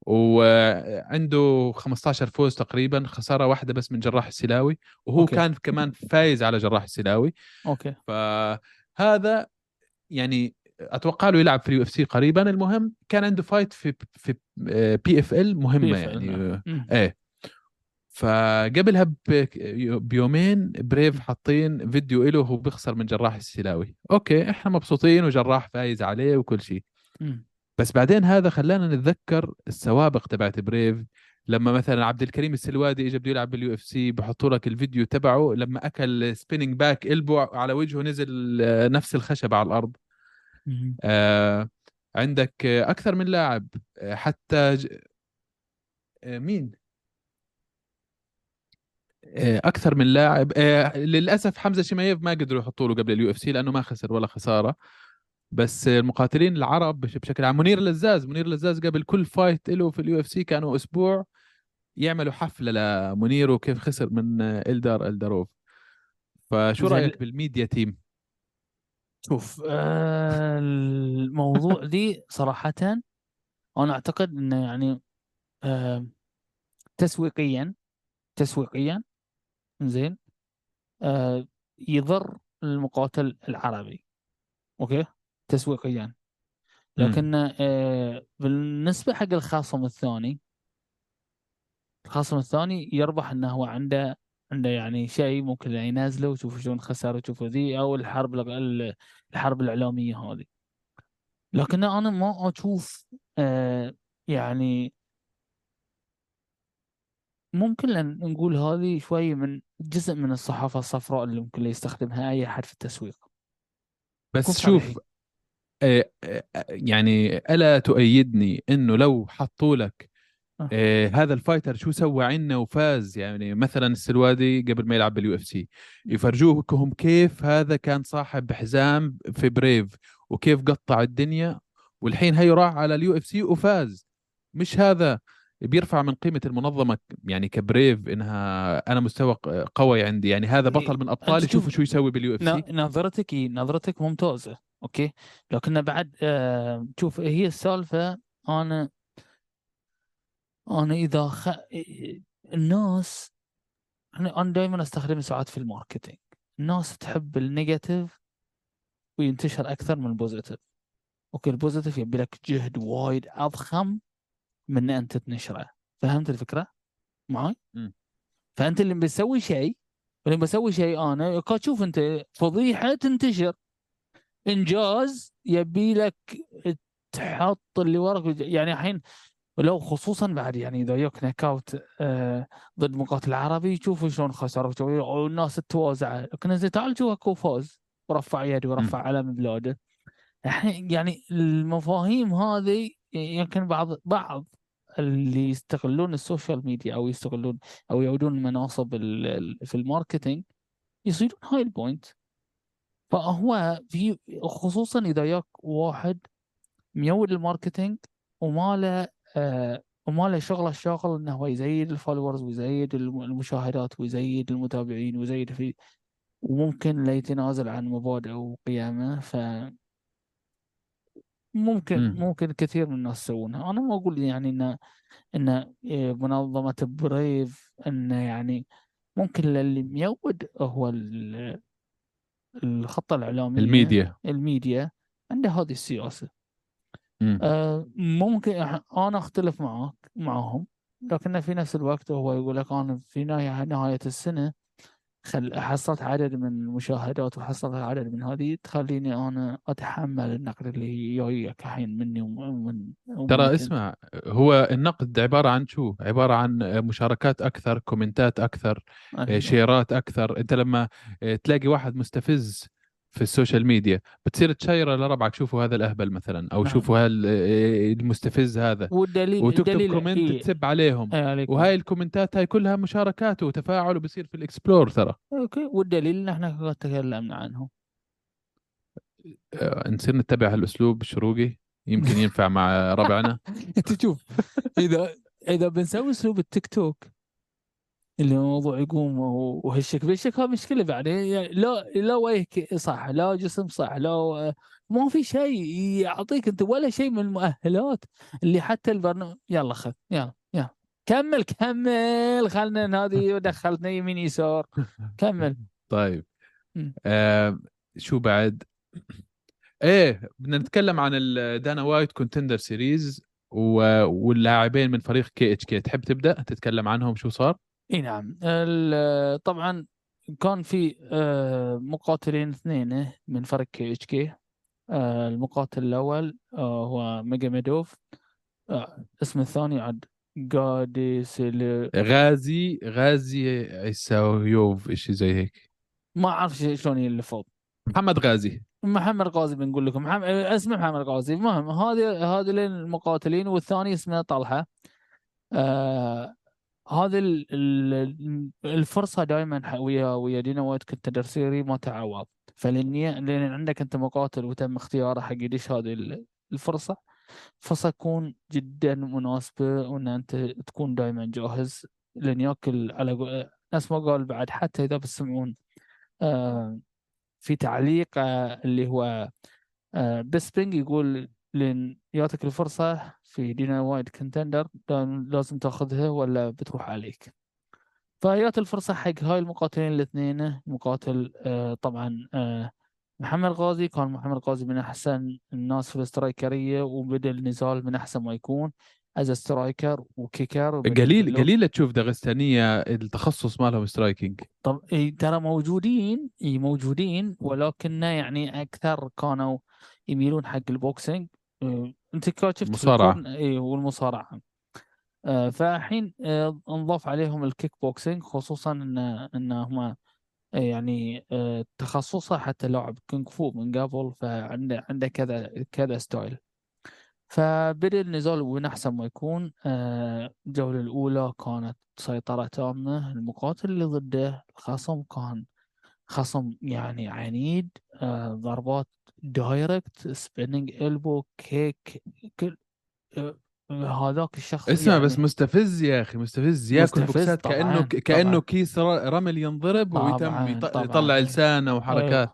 وعنده خمستاشر فوز تقريبا، خسارة واحدة بس من جراح السلاوي. وهو اوكي كان كمان فايز على جراح السلاوي. اوكي. فهذا يعني اتوقع له يلعب في اليو اف سي قريبا. المهم كان عنده فايت في في بي اف ال مهمة يعني. بيفعل. مم. ايه. فقبلها ب- بيومين بريف حاطين فيديو له وهو بيخسر من جراح السلاوي. اوكي احنا مبسوطين وجراح فايز عليه وكل شيء. مم. بس بعدين هذا خلانا نتذكر السوابق تبعت بريف. لما مثلا عبد الكريم السلوادي اجى بده يلعب باليو اف سي بحطوا لك الفيديو تبعه لما اكل سبيننج باك البو على وجهه، نزل آه، نفس الخشب على الارض. مم. آه عندك آه، اكثر من لاعب. آه، حتى ج... آه مين آه، اكثر من لاعب. آه، للاسف حمزه شمايف ما قدروا يحطوا له قبل اليو اف سي لانه ما خسر ولا خساره. بس المقاتلين العرب بش- بشكل عام، منير لزاز منير لزاز قبل كل فايت له في اليو اف سي كانوا اسبوع يعملوا حفلة لمنير وكيف خسر من إلدار إلداروف. فشو زين، رأيك بالميديا تيم؟ شوف آه الموضوع دي صراحة أنا أعتقد إنه يعني آه تسويقيا تسويقيا زين، آه يضر المقاتل العربي، أوكي، تسويقيا. امم لكن آه بالنسبة حق الخصم الثاني، الخصم الثاني يربح انه هو عنده عنده يعني شيء ممكن يعني ينازله ويشوف شلون خسر ويشوف ذي او الحرب الغ- الحرب الاعلاميه هذه. لكن انا ما اشوف آه يعني ممكن لن نقول هذه شوي من جزء من الصحافه الصفراء اللي ممكن يستخدمها اي احد في التسويق. نكون بس شوف، صريحين. آه، آه، يعني ألا تؤيدني إنه لو حطوا لك آه. آه هذا الفايتر شو سوى عنا وفاز، يعني مثلا السلوادي قبل ما يلعب باليو اف سي يفرجوكم كيف هذا كان صاحب حزام في بريف وكيف قطع الدنيا، والحين هي راح على اليو اف سي وفاز. مش هذا بيرفع من قيمة المنظمة يعني كبريف انها انا مستوى قوي عندي، يعني هذا بطل إيه، من انت ابطالي، شوف، شوفوا شو يسوي باليو اف سي. ن- نظرتك إيه؟ نظرتك ممتازه، اوكي. لكن بعد آه شوف هي السالفه. انا انا اذا خ... الناس، انا انا دائما استخدم ساعات في الماركتينج. الناس تحب النيجاتيف وينتشر اكثر من البوزيتيف. اوكي، البوزيتيف يبي لك جهد وايد اضخم من ان انت تنشره. فهمت الفكره معي؟ مم. فانت اللي بتسوي شيء، اللي بسوي شيء انا قاعد تشوف انت فضيحه تنتشر. انجاز يبي لك تحط اللي وراك يعني الحين. ولو خصوصا بعد يعني اذا ياك نك اوت آه ضد مقاتل عربي، شوفوا شلون خسر والناس تتوازع. لكن زين تعال شوف اكو فوز ورفع يد مم. ورفع علم بلاده. الحين يعني المفاهيم هذه يمكن بعض بعض اللي يستغلون السوشيال ميديا او يستغلون او يعودون المناصب ال- ال- في الماركتينج يصيدون هاي البوينت. فهو في خصوصا اذا ياك واحد ميود الماركتينج وما له آه وما له شغله الشاغل انه هو يزيد الفولورز ويزيد الم- المشاهدات ويزيد المتابعين ويزيد في، وممكن لا يتنازل عن مبادئه وقيمه. فممكن مم. ممكن كثير من الناس يسوونها. انا ما اقول يعني ان ان آه، منظمه بريف انه يعني ممكن اللي ميود هو ال- الخطه الاعلاميه، الميديا. الميديا عنده هذه السياسه. مم. آه، ممكن أح- أنا أختلف معك معهم. لكن في نفس الوقت هو يقول لك أنا في نهاية نهاية السنة خل حصلت عدد من المشاهدات وحصلت عدد من هذه تخليني أنا أتحمل النقد اللي جايك الحين مني ومن ترى ومنك أنت. اسمع، هو النقد عبارة عن شو؟ عبارة عن مشاركات أكثر، كومنتات أكثر، أيوه. شيرات أكثر. أنت لما تلاقي واحد مستفز في السوشيال ميديا بتصير تشيره لربعك، شوفوا هذا الأهبل مثلا، أو نعم. شوفوا هذا المستفز هذا، والدليل وتكتب الدليل كومنت إيه. تسب عليهم. أي عليكم. وهاي الكومنتات هاي كلها مشاركات وتفاعل وبصير في الإكسبلور ترى. أوكي، والدليل إن إحنا قد تكلمنا عنه. آه، نصير نتبع هالأسلوب الشروقي، يمكن ينفع مع ربعنا. أنت شوف، إذا إذا بنسوي أسلوب التيك توك اللي الموضوع يقوم وهو- وهالشكل بالشكل، هذا مشكلة بعدين يعني. لا لا وجه صح، لا جسم صح، لا ما في شيء يعطيك انت ولا شيء من المؤهلات اللي حتى البرنامج. يلا خذ، يلا يلا كمل كمل، خلنا هذه دخلتنا يمين يسار. كمل. طيب. م. آه شو بعد؟ ايه، بدنا نتكلم عن الدانا وايت كونتندر سيريز واللاعبين من فريق كي اتش كي. تحب تبدأ تتكلم عنهم شو صار؟ اي نعم. ال- طبعا كان في آه، مقاتلين اثنين آه، من فريق كي اتش كي. المقاتل الاول آه، هو ميجاميدوف. آه، اسم الثاني عاد قادي سيل. غازي غازي عيساويوف، اشي زي هيك. ما اعرف ش- شلون يلفظ. محمد غازي. محمد غازي بنقول لكم محمد، اسمه محمد غازي. المهم هذه هذه المقاتلين، والثاني اسمه طلحة. آه هذه ال- ال- الفرصة دائما ويا ويا دينا وايت كونتندر سيري ما تعوض. فلان لان عندك انت مقاتل وتم اختياره حق يدش هذه ال- الفرصة، فرصة تكون جدا مناسبة، وان انت تكون دائما جاهز، لان ياكل على قو- ناس ما قال بعد، حتى اذا بتسمعون آه في تعليق آه اللي هو آه بيسبينج يقول، لان يعطيك الفرصة في دينا وايد كونتندر لازم تاخذها ولا بتروح عليك. فجات الفرصة حق هاي المقاتلين الاثنين. المقاتل آه طبعا آه محمد غازي، كان محمد غازي من أحسن الناس في الاسترايكرية، وبدأ النزال من أحسن ما يكون از سترايكر وكيكر، وبدأ قليل يدلهم. قليل تشوف داغستانية التخصص مالهم سترايكينج. طب إي ترى موجودين، اي موجودين، ولكن يعني أكثر كانوا يميلون حق البوكسينج. آه، أنت كنت شفت في مصارعة. الكورن اي والمصارعة. آه، فالحين آه، انضاف عليهم الكيك بوكسينج، خصوصا ان ان هم يعني آه، تخصصه حتى لعب كونغ فو من قبل، فعنده عنده كذا كذا ستايل. فبدأ النزال من أحسن ما يكون. آه، الجولة الأولى كانت سيطرة تامة. المقاتل اللي ضده الخصم كان خصم يعني عنيد. آه، ضربات دايركت، سبيننج إلبو، كيك، كل آه، هذاك الشخص اسمع بس يعني مستفز يا اخي، مستفز ياكل مستفز. بوكسات كأنه طبعا كأنه طبعا كيس ر- رمل ينضرب ويتم يط- طبعا يطلع طبعا. لسانه وحركات. ايوه.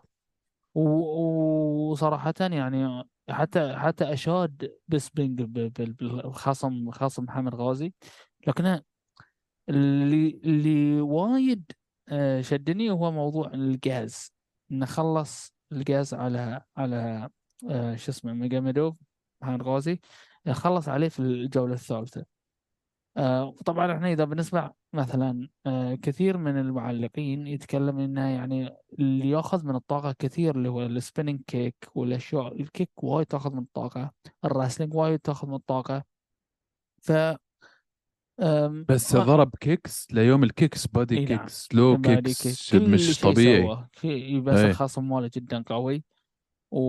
و- وصراحة يعني حتى حتى أشاد بسبينج ب- ب- بالخصم خصم محمد غازي. لكن اللي اللي وايد آه، شدني هو موضوع الجاز، انه خلص الجاز على على آه، شو اسمه ميجاميدوف محمد غازي. خلص عليه في الجولة الثالثة. آه، طبعا احنا اذا بنسمع مثلا آه، كثير من المعلقين يتكلم انه يعني اللي ياخذ من الطاقة كثير اللي هو السبيننج كيك والاشياء. الكيك وايد تاخذ من الطاقة، الراسلينج وايد تاخذ من الطاقة. ف آم، بس آه، ضرب كيكس ليوم الكيكس، بادي اي نعم. كيكس، لو بعد كيك كيكس كل مش شيء طبيعي. سواه شيء، بس ايه. الخصم ماله جدا قوي. و...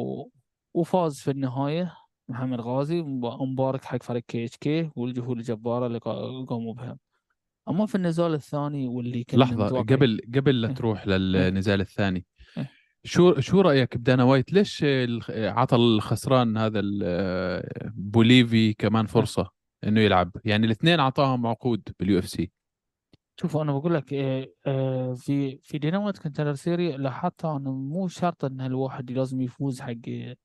وفاز في النهاية محمد غازي. مبارك حق فريق كي اتش كي والجهود الجبارة اللي قا- قاموا بها. أما في النزال الثاني واللي كنا لحظة، متوقعين. قبل قبل لا إيه تروح إيه للنزال الثاني، إيه. شو شو رأيك بدانا وايت؟ ليش الخ- عطى الخسران هذا ال- بوليفي كمان إيه. فرصة انه يلعب؟ يعني الاثنين عطاهم عقود باليو اف سي. شوف أنا بقول لك إيه آه في في ديناميت كونتندر سيري لاحظت أنه مو شرط أن الواحد لازم يفوز حق إيه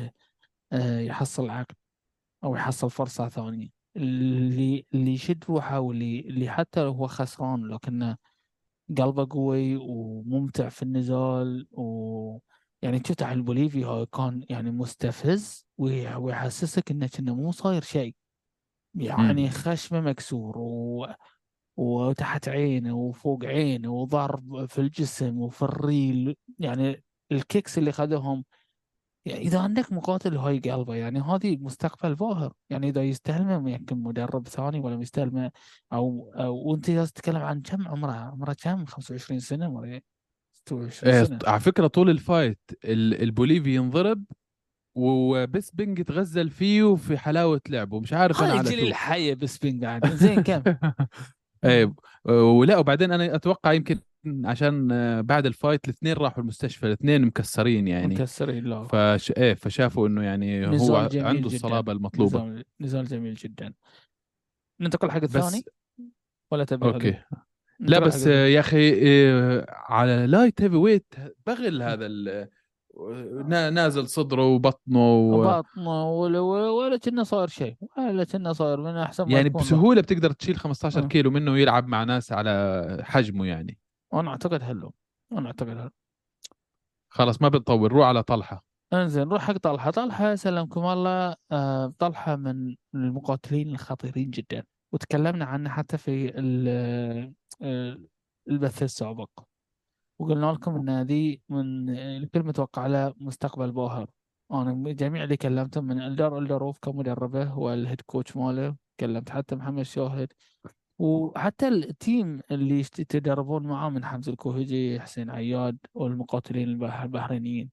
آه يحصل عقد أو يحصل فرصة ثانية. اللي اللي يشد روحه، واللي اللي حتى لو هو خسران لكنه قلبه قوي وممتع في النزال. و يعني تفتح البوليفي هو كان يعني مستفز، وي- ويحسسك انه كأنه مو صاير شيء. يعني امم. خشمه مكسور و... وتحت عينه وفوق عينه وضرب في الجسم وفي الريل. يعني الكيكس اللي خذهم. يعني إذا عندك مقاتل هاي قلبه، يعني هذه مستقبل باهر. يعني إذا يستلمه يمكن مدرب ثاني ولا يستلمه. أو, أو وأنت جالس تتكلم عن كم عمره؟ عمره كم؟ خمسة وعشرين سنة ولا ستة وعشرين إيه، سنة. على فكرة طول الفايت ال- البوليفي ينضرب وبس بنج يتغزل فيه في حلاوة لعبه، مش عارف انا هذه على جليل شو. الحية بس بين قاعد زين كم. ايه. ولا وبعدين انا اتوقع يمكن عشان آه، بعد الفايت الاثنين راحوا المستشفى، الاثنين مكسرين يعني. مكسرين له. فش ايه فشافوا انه يعني نزال هو جميل عنده جدا. الصلابة المطلوبة. نزال نزال جميل جدا. ننتقل حق بس الثاني ولا تبي عليه؟ اوكي. لا ننتقل حق بس الثاني. آه، يا اخي، آه، على لايت هيفي ويت بغل هذا ال- نا- نازل صدره وبطنه و... بطنه ولا ولا كنا صاير شيء، ولا كنا صاير من احسن ما يعني يكون له. بسهولة بتقدر تشيل خمستاشر أه. كيلو منه ويلعب مع ناس على حجمه يعني. وانا اعتقد هلو. انا اعتقد هلو. خلاص ما بنطول، روح على طلحة. انزين نروح حق طلحه. طلحه سلمكم الله. آه طلحه من المقاتلين الخطيرين جدا، وتكلمنا عنه حتى في ال- آه، البث السابق. وقلنا لكم ان هذه من الكل متوقع له مستقبل باهر. انا جميع اللي كلمتهم من الدر الدروف كمدربه والهيد كوتش ماله، كلمت حتى محمد شاهد، وحتى التيم اللي يشت- يتدربون معاه من حمزة الكوهجي، حسين عياد، والمقاتلين البح- البحرينيين.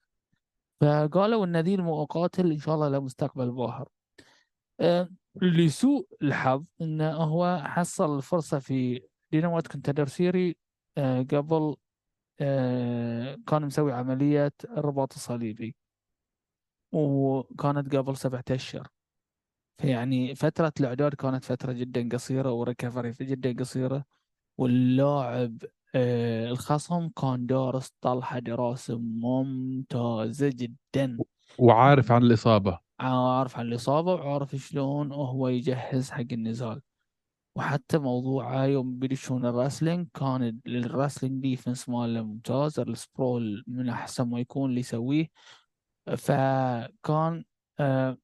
فقالوا ان ذي المقاتل ان شاء الله له مستقبل باهر. أه، لسوء الحظ انه هو حصل الفرصة في ديناميت كونتندر سيري أه، قبل. أه، كان مسوي عملية الرباط الصليبي. وكانت قبل سبعة أشهر. فيعني فترة الإعداد كانت فترة جدا قصيرة، وريكفري جدا قصيرة. واللاعب آه الخصم كان دارس طلحة دراسة ممتازة جدا. وعارف عن الإصابة. عارف عن الإصابة، وعارف شلون هو يجهز حق النزال. وحتى موضوع يوم بيدشون الراسلينج، كان الراسلينج ديفنس ماله ممتاز، السبرول من أحسن ما يكون اللي يسويه. فكان آه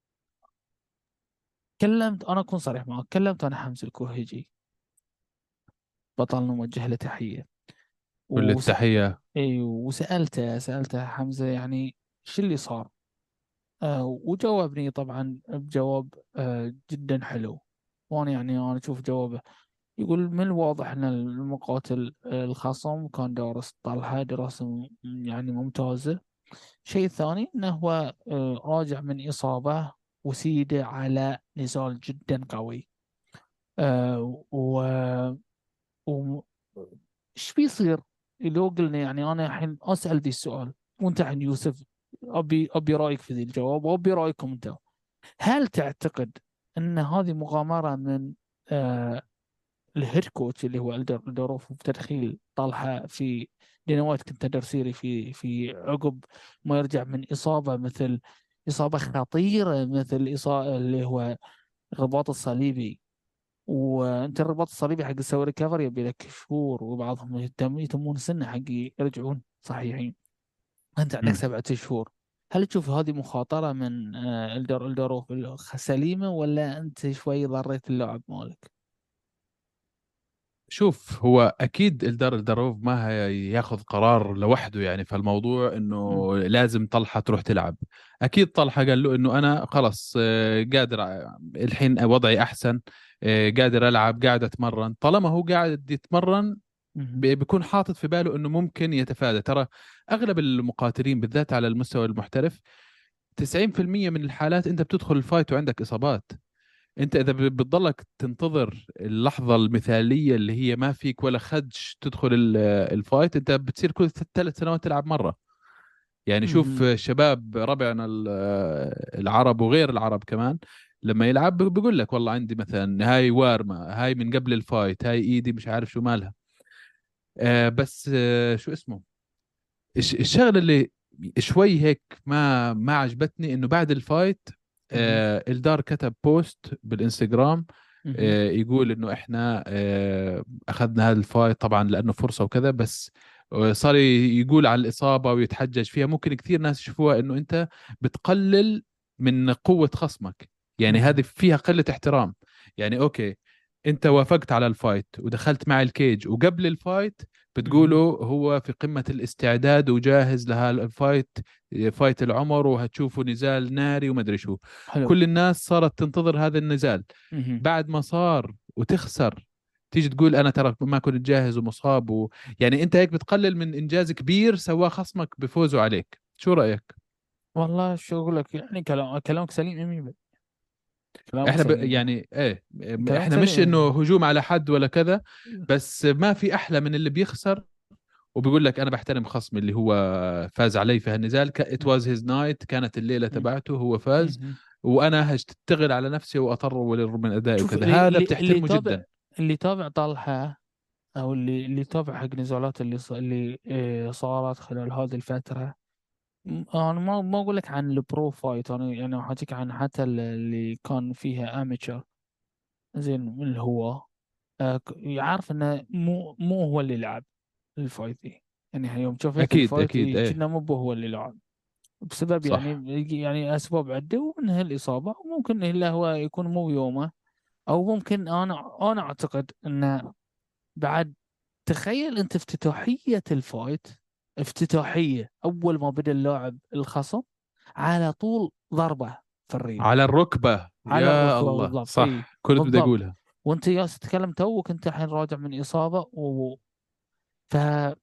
كلمت أنا أكون صريح معك، كلمت أنا حمزة الكوهجي بطلنا، موجه له تحية. كل وس... التحية. أي وسألته سألته حمزة يعني شو اللي صار. آه وجاوبني طبعا بجواب آه جدا حلو. وأنا يعني أنا أشوف جوابه، يقول من الواضح أن المقاتل آه، الخصم كان دارس طلحة دراسة م- يعني ممتازة. شيء ثاني أنه هو آه، راجع من إصابة، وسيدة على نزال جدا قوي. آه، و و ايش بيصير لو قلنا، يعني انا الحين اسال ذي السؤال، وانت الحين يوسف، ابي ابي رايك في ذي الجواب، وابي رايكم انت. هل تعتقد ان هذه مغامره من آه الهيد كوتش اللي هو الدر الدروف بتدخيل طلحه في ديناميت كنتندر سيري في في عقب ما يرجع من اصابه مثل اصابه خطيره مثل اصابه اللي هو الرباط الصليبي. وانت الرباط الصليبي حق تسوي ريكفري يبي لك شهور، وبعضهم يهتم يتمون سنه حق يرجعون صحيحين. انت عندك مم. سبعة شهور. هل تشوف هذه مخاطرة من آه، الدر الدروف سليمة، ولا انت شوي ضريت اللاعب مالك؟ شوف، هو اكيد الدار الدروف ما هياخذ قرار لوحده يعني في الموضوع مم. انه لازم طلحه تروح تلعب. اكيد طلحه قال له انه انا خلص آه، قادر ع- الحين وضعي احسن، آه، قادر العب، قاعد اتمرن. طالما هو قاعد يتمرن مم. ب- بيكون حاطط في باله انه ممكن يتفادى. ترى اغلب المقاتلين بالذات على المستوى المحترف تسعين في المية من الحالات انت بتدخل الفايت وعندك اصابات. انت اذا ب- بتضلك تنتظر اللحظه المثاليه اللي هي ما فيك ولا خدش تدخل ال- الفايت، انت بتصير كل ثلاث سنوات تلعب مره. يعني شوف مم. شباب ربعنا ال- العرب وغير العرب كمان، لما يلعب بيقول لك والله عندي مثلا هاي وارمة، هاي من قبل الفايت، هاي ايدي مش عارف شو مالها. آه بس آه شو اسمه، الش- الشغله اللي شوي هيك ما ما عجبتني انه بعد الفايت مم. آه الدار كتب بوست بالانستغرام مم. آه يقول انه احنا آه اخذنا هذا الفايت طبعا لانه فرصه وكذا، بس آه، صار يقول على الاصابه ويتحجج فيها. ممكن كثير ناس يشوفوها انه انت بتقلل من قوه خصمك، يعني مم. هذه فيها قله احترام. يعني اوكي، انت وافقت على الفايت ودخلت مع الكيج، وقبل الفايت مم. بتقولوا هو في قمة الاستعداد وجاهز لهالفايت، فايت العمر، وهتشوفوا نزال ناري وما ادري شو. حلو. كل الناس صارت تنتظر هذا النزال. مم. بعد ما صار وتخسر تيجي تقول انا ترى ما كنت جاهز ومصاب و... يعني انت هيك بتقلل من انجاز كبير سواه خصمك بفوزه عليك. شو رأيك؟ والله شو اقول لك، يعني كلام كلامك سليم مية بالمية. كلامك احنا ب... سليم. يعني ايه، كلامك احنا مش سليم. انه هجوم على حد ولا كذا، بس ما في احلى من اللي بيخسر وبيقول لك انا بحترم خصمي اللي هو فاز علي في هالنزال. ات واز هيز نايت، كانت الليله مم. تبعته، هو فاز، مم. وانا هشتغل على نفسي واطور من ادائي شوف، وكذا. اللي هذا اللي اللي بتحترمه يتابع جدا. اللي يتابع طلحة، او اللي اللي يتابع حق نزالات اللي ص... اللي إيه صارت خلال هذه الفترة. م- انا ما ما اقول لك عن البرو فايت، انا يعني احكيك عن حتى ال- اللي كان فيها اميتشر. زين من اللي هو آه، ك- يعرف انه مو مو هو اللي لعب الفايت دي. يعني يوم شفت اكيد الفايت اكيد إيه، ايه. كنا مو هو اللي لعب بسبب يعني صح. يعني اسباب عده، ومنها الاصابه، وممكن الا هو يكون مو يومه. او ممكن انا انا اعتقد انه بعد، تخيل انت افتتاحية الفايت، افتتاحية اول ما بدأ اللاعب الخصم على طول ضربة في الريل على الركبه على يا الركبة الله، بالضبط. اي صح كنت بدي بالضبط. اقولها. وانت ياس تتكلم توك انت الحين راجع من إصابة و... ففي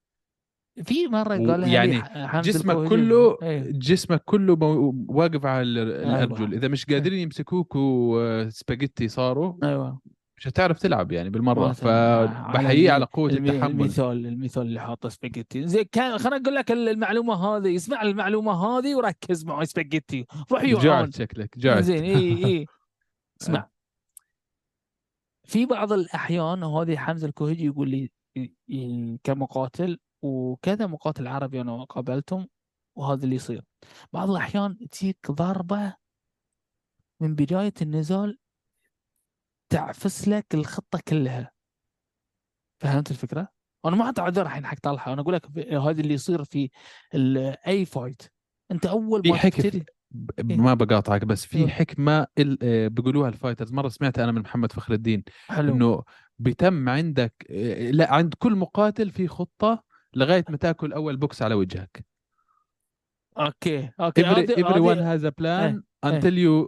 مرة قالها لي ويعني ح- حمزة جسمك الكوهجي. كله اي جسمك كله مو- واقف على ال- ايوه الارجل، اذا مش اي قادرين يمسكوك وسباجيتي صاروا ايوه مش هتعرف تلعب يعني بالمره. مثلا آه، على فبحييه على المي... قوه المي... التحمل. المثال المثال اللي حاطه سباجيتي زي كان. خليني اقول لك المعلومه هذه، اسمع المعلومه هذه وركز مع سباجيتي، روح يوعون. جعت شكلك جعت. زين اي اي. اسمع، في بعض الاحيان، وهذه حمزه الكوهجي يقول لي ي- ي- كمقاتل وكذا مقاتل عربي انا قابلتهم، وهذا اللي يصير بعض الاحيان تجيك ضربه من بدايه النزال تعفس لك الخطه كلها. فهمت الفكره؟ انا ما اعطي عذر الحين حق طلحه، انا اقول لك هذا اللي يصير في ال- اي فايت. انت اول في ما حكف، تبتدي. ب- إيه؟ ما بقاطعك، بس في إيه. حكمة ال- آه، بيقولوها الفايترز. مرة سمعتها أنا من محمد فخر الدين، حلو. إنه بيتم عندك آه، لا، عند كل مقاتل في خطة لغاية ما تاكل أول بوكس على وجهك. اوكي اوكي every هذه everyone هذه. has a ايه plan ايه. until you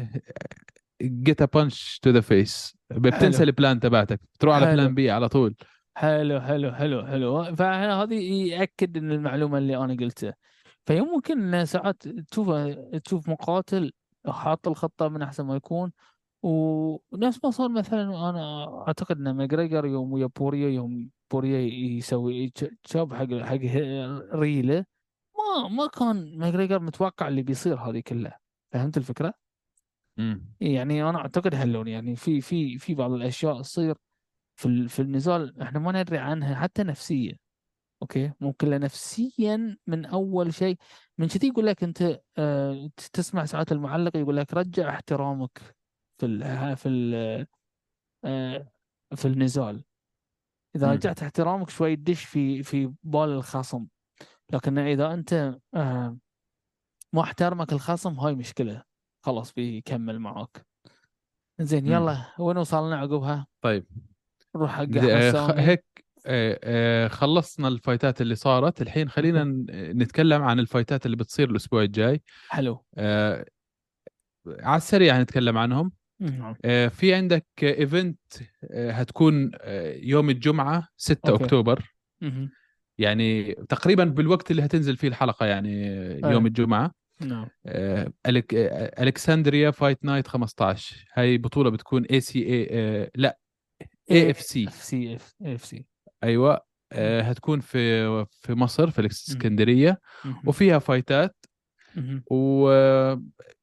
get a punch to the face. حلو بتنسى البلان تبعتك، بتروح على حلو بلان بي على طول. حلو حلو حلو حلو. فهذه يأكد ان المعلومة اللي انا قلتها. فيمكن ان ساعات تشوف تشوف مقاتل حاط الخطة من احسن ما يكون، ونفس ما صار مثلا. انا اعتقد ان ماجريجر يوم ويا بوريا، يوم بوريا يسوي تشاب حق حق ريله، ما ما كان ماجريجر متوقع اللي بيصير هذه كلها. فهمت الفكرة؟ مم. يعني انا اعتقد هاللون، يعني في في في بعض الاشياء تصير في ال- في النزال احنا ما ندري عنها حتى نفسيا. اوكي، ممكن له نفسيا من اول شيء. من كذي يقول لك انت آه تسمع ساعات المعلق يقول لك رجع احترامك في ال في ال آه في النزال. اذا مم. رجعت احترامك شوي تدش في في بال الخصم، لكن اذا انت آه ما احترمك الخصم هاي مشكلة، خلاص بيكمل معاك. زين مم. يلا، وين وصلنا عقبها؟ طيب، نروح حق زي- احمد آه، خ- سامي. هيك آه، آه، خلصنا الفايتات اللي صارت. الحين خلينا اوكي ن- نتكلم عن الفايتات اللي بتصير الأسبوع الجاي. حلو. آه، على السريع نتكلم عنهم. نعم. آه، في عندك ايفنت هتكون آه، يوم الجمعة ستة اوكي. أكتوبر، مهم. يعني تقريبا بالوقت اللي هتنزل فيه الحلقة، يعني آه، يوم ايه. الجمعة. نعم. آه، ألك آه، ألكسندريا فايت نايت خمسة عشر. هاي بطولة بتكون اي سي اي، لا، اي ايه اف سي. اف سي اف اف سي. ايوه. مم. آه، هتكون في في مصر في مم. الاسكندرية، مهم. وفيها فايتات. مهم. وبصراحة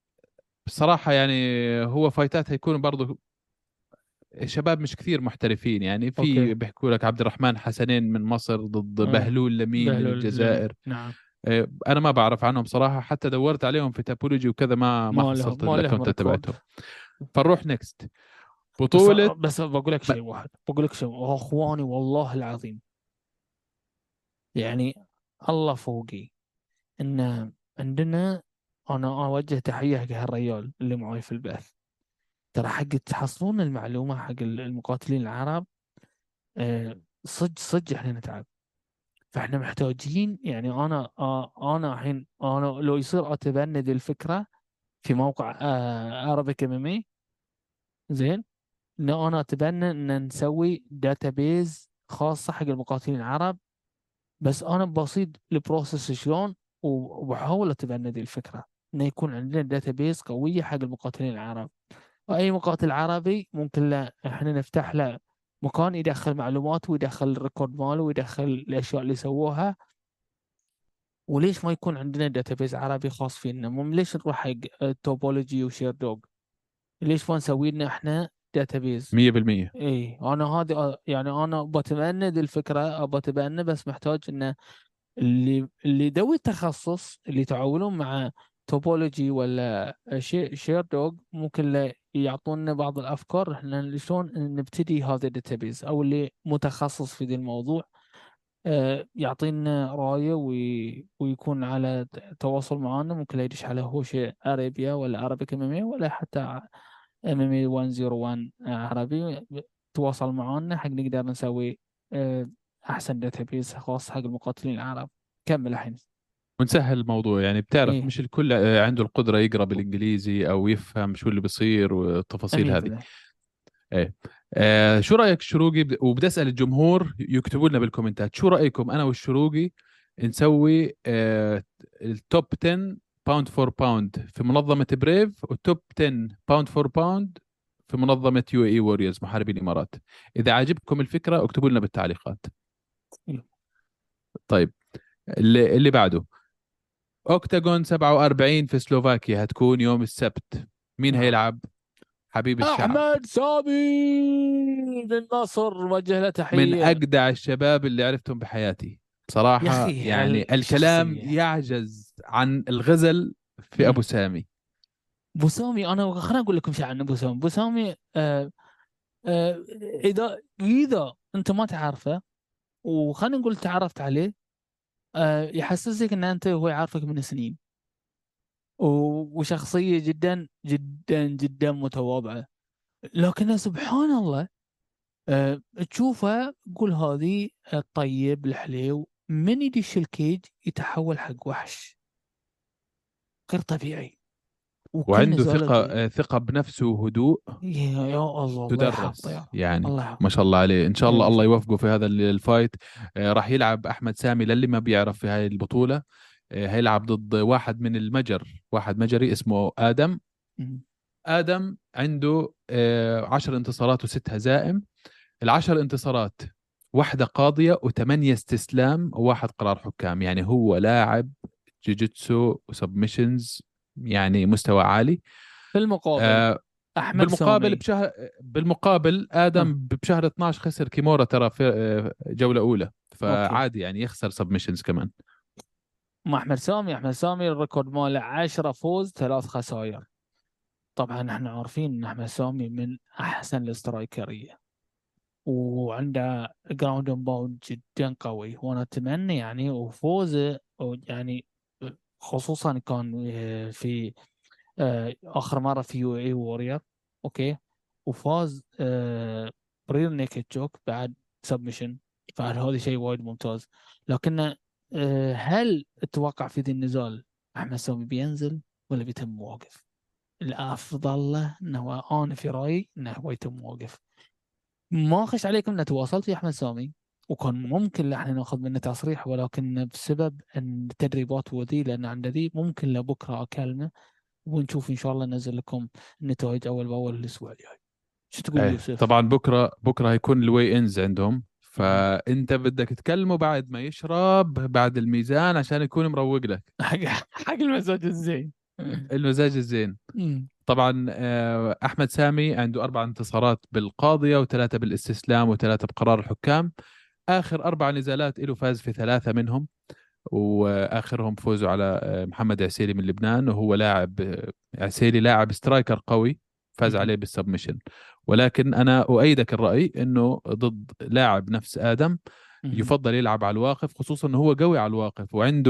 يعني هو فايتات هيكون برضو شباب مش كثير محترفين، يعني اوكي. في بيحكوا لك عبد الرحمن حسنين من مصر ضد اه. بهلول لمين من بهلول لمين؟ الجزائر. نعم. آه، انا ما بعرف عنهم صراحة، حتى دورت عليهم في تابولوجي وكذا، ما ما ما لهم حصلت ما لهم الاكونتات ريكورد. تبعتهم. فنروح نكست بس بطولة. بس بقول لك ب... شيء واحد، بقول لك شيء يا اخواني والله العظيم، يعني الله فوقي ان عندنا. انا اوجه تحيه حق هالريال اللي معاي في البث، ترى حق تحصلون المعلومه حق المقاتلين العرب. آه، صدق صدق احنا نتعب. فاحنا محتاجين، يعني انا آه انا الحين انا لو يصير اتبنى ذي الفكره في موقع آه ارابيك ام ام اي. زين، ان انا اتبنى ان نسوي داتابيز خاصه حق المقاتلين العرب. بس انا بسيط البروسيس شلون، وبحاول اتبنى ذي الفكره انه يكون عندنا داتابيز قويه حق المقاتلين العرب. واي مقاتل عربي ممكن له احنا نفتح له مكان يدخل معلومات ويدخل الريكورد ماله ويدخل الاشياء اللي سووها. وليش ما يكون عندنا داتابيز عربي خاص فينا؟ مو ليش نروح حق توبولوجي وشير دوغ؟ ليش ما نسوي لنا احنا داتابيز؟ مية بالمية. اي انا هذه يعني انا بتمنى ذي الفكره، بتبنى، بس محتاج انه اللي اللي ذوي التخصص اللي يتعاونون مع توبولوجي ولا شي شير دوغ ممكن لا يعطونا بعض الافكار احنا شلون نبتدي هذا الداتابيز، او اللي متخصص في ذي الموضوع آه، يعطينا رايه وي... ويكون على ت- تواصل معنا. ممكن لا يدش على هوش ارابيا ولا ارابيك ام ام اي ولا حتى ام ام اي مية وواحد عربي، تواصل معنا حق نقدر نسوي آه، احسن داتابيز خاص حق المقاتلين العرب. كمل الحين. ونسهل الموضوع، يعني بتعرف ايه. مش الكل آه، عنده القدرة يقرأ بالإنجليزي أو يفهم شو اللي بيصير والتفاصيل هذه. مية بالمية. ايه. آه شو رايك شروقي؟ ب- وبدي اسال الجمهور يكتبوا لنا بالكومنتات شو رايكم انا والشروقي نسوي آه التوب عشرة باوند فور باوند في منظمه بريف، والتوب عشرة باوند فور باوند في في منظمة يو اي ووريرز محاربين الإمارات. إذا عجبكم الفكرة اكتبوا لنا بالتعليقات. طيب، اللي, اللي بعده أوكتاغون سبعة وأربعين في سلوفاكيا، هتكون يوم السبت. مين نعم. هيلعب؟ حبيب الشعب، احمد سامي للنصر، وجه له من تحيه. أجدع الشباب اللي عرفتهم بحياتي يا صراحة. اخي يعني على الكلام شخصيه. يعجز عن الغزل في مم. أبو سامي. ابو سامي، انا خليني اقول لكم شيء عن ابو سامي. ابو سامي آه آه اذا اذا انت ما تعرفه، وخلينا نقول تعرفت عليه، آه يحسسك ان انت هو يعرفك من سنين، و- وشخصيه جدا جدا جدا متواضعه. لكن سبحان الله، أه تشوفه قول هذه الطيب الحليو، من يدش الكيج يتحول حق وحش غير طبيعي. وكل وعنده نزالاته ثقة يا آه، ثقة بنفسه وهدوء يا الله، الله يحفظه يا تدرس رب. يعني. الله ما يحفظه. شاء الله عليه، إن شاء اي الله ما الله شاء الله. يوفقه في هذا ال- الفايت. آه، راح يلعب أحمد سامي، للي ما بيعرف في هاي البطولة. آه، هيلعب ضد واحد من المجر، واحد مجري اسمه آدم. مم. آدم عنده آه، عشر انتصارات وست هزائم. العشر انتصارات واحدة قاضية وثمانية استسلام وواحد قرار حكام. يعني هو لاعب جوجيتسو وسبمشنز، يعني مستوى عالي. في المقابل آه، احمد بالمقابل سامي. بشهر بالمقابل اه. آدم بشهر اثناشر خسر كيمورا ترى في آه، جولة أولى، اوكي. فعادي يعني يخسر سبمشنز كمان. مع احمد سامي، احمد سامي الريكورد ماله عشرة فوز ثلاث خسائر. طبعا احنا عارفين ان احمد سامي من احسن الاسترايكريه، وعنده جراوند اند باوند جدا قوي. وانا اتمنى يعني وفوزه، أو يعني خصوصا كان آه، في آه، اخر مره في يو اي وورير. اوكي. وفاز آه، برير نيكد جوك بعد سبمشن. فهذا شيء وايد ممتاز. لكن آه، هل تتوقع في ذي النزال احمد سامي بينزل ولا بيتم واقف؟ الافضل له انه، انا في رايي انه هو يتم واقف. ما خش عليكم ان تواصلت يا احمد سامي، وكان ممكن احنا ناخذ منه تصريح، ولكن بسبب ان التدريبات وذي، لان عنده ذي، ممكن لبكره اكلمه ونشوف ان شاء الله ننزل لكم النتائج اول باول الاسبوع الجاي. شو تقول ايه يوسف؟ طبعا، بكره بكره هيكون الوي انز عندهم، مم. فانت بدك تكلمه بعد ما يشرب بعد الميزان عشان يكون مروق لك حق حق المزاج الزين. المزاج الزين. مم. طبعا آه، احمد سامي عنده اربع انتصارات بالقاضيه وثلاثه بالاستسلام وثلاثه بقرار الحكام. اخر اربع نزالات له فاز في ثلاثه منهم، واخرهم فوزه على آه، محمد عسيلي من لبنان. وهو لاعب آه، عسيلي لاعب سترايكر قوي، فاز مم. عليه بالسبمشن. ولكن انا اؤيدك الراي انه ضد لاعب نفس ادم مم. يفضل يلعب على الواقف، خصوصا انه هو قوي على الواقف وعنده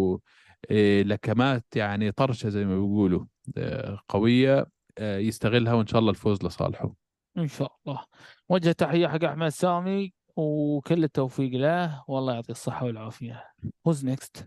آه، لكمات يعني طرشه زي ما بيقولوا، آه، قويه، آه، يستغلها وان شاء الله الفوز لصالحه. ان شاء الله. وجه تحيه حق احمد سامي، وكل التوفيق له، والله يعطيه الصحه والعافيه. who's next؟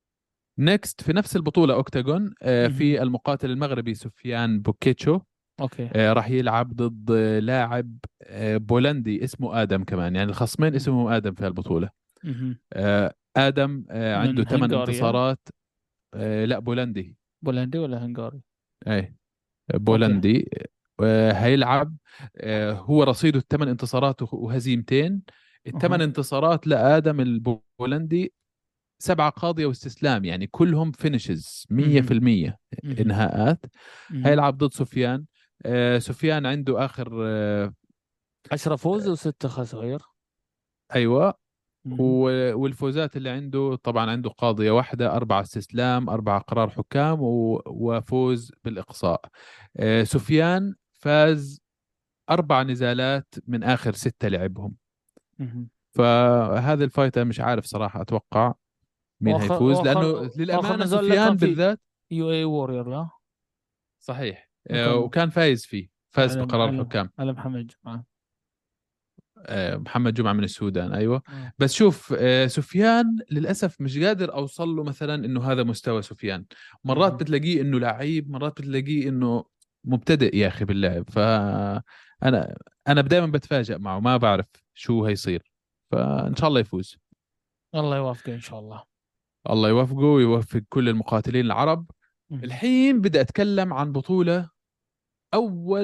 نيكست في نفس البطولة أوكتاغون، آه، مم. في المقاتل المغربي سفيان بوكيتشو. اوكي. آه، راح يلعب ضد آه، لاعب آه، بولندي اسمه آدم كمان. يعني الخصمين مم. اسمهم آدم في البطولة. مم. آه، آدم آه، عنده من ثمان هنغاريا؟ انتصارات. آه، لا، بولندي. بولندي ولا هنغاري؟ اي اوكي. بولندي. آه، هيلعب. آه، هو رصيده الثمان انتصارات وه- وهزيمتين. الثمان اها. انتصارات لآدم البولندي سبعة قاضية واستسلام، يعني كلهم فينيشز مهم. مية في المية، مهم. إنهاءات. مهم. هيلعب ضد سفيان. آه، سفيان عنده آخر آه، عشرة فوز وستة خسائر. أيوة. مهم. و- والفوزات اللي عنده طبعا عنده قاضية واحدة، أربعة استسلام، أربعة قرار حكام، و- وفوز بالإقصاء. آه، سفيان فاز أربع نزالات من آخر ستة لعبهم. مهم. فهذا الفايت أنا مش عارف صراحة، أتوقع مين واخر هيفوز، واخر لأنه اخر للأمانة نزال له كان سفيان في بالذات يو اي وورير، لا؟ صحيح آه، وكان وكان فايز فيه، فاز على بقرار على حكام. على محمد جمعة. آه، محمد جمعة من السودان، أيوة. آه. بس شوف آه، سفيان للأسف مش قادر أوصل له مثلا إنه هذا مستوى سفيان. مرات مهم. بتلاقيه إنه لعيب، مرات بتلاقيه إنه مبتدئ يا أخي باللعب. فأنا أنا دائما بتفاجأ معه، ما بعرف شو هيصير. فإن شاء الله يفوز. الله يوفقه ان شاء الله. الله يوفقه ويوفق كل المقاتلين العرب. مهم. الحين بدي أتكلم عن بطولة. أول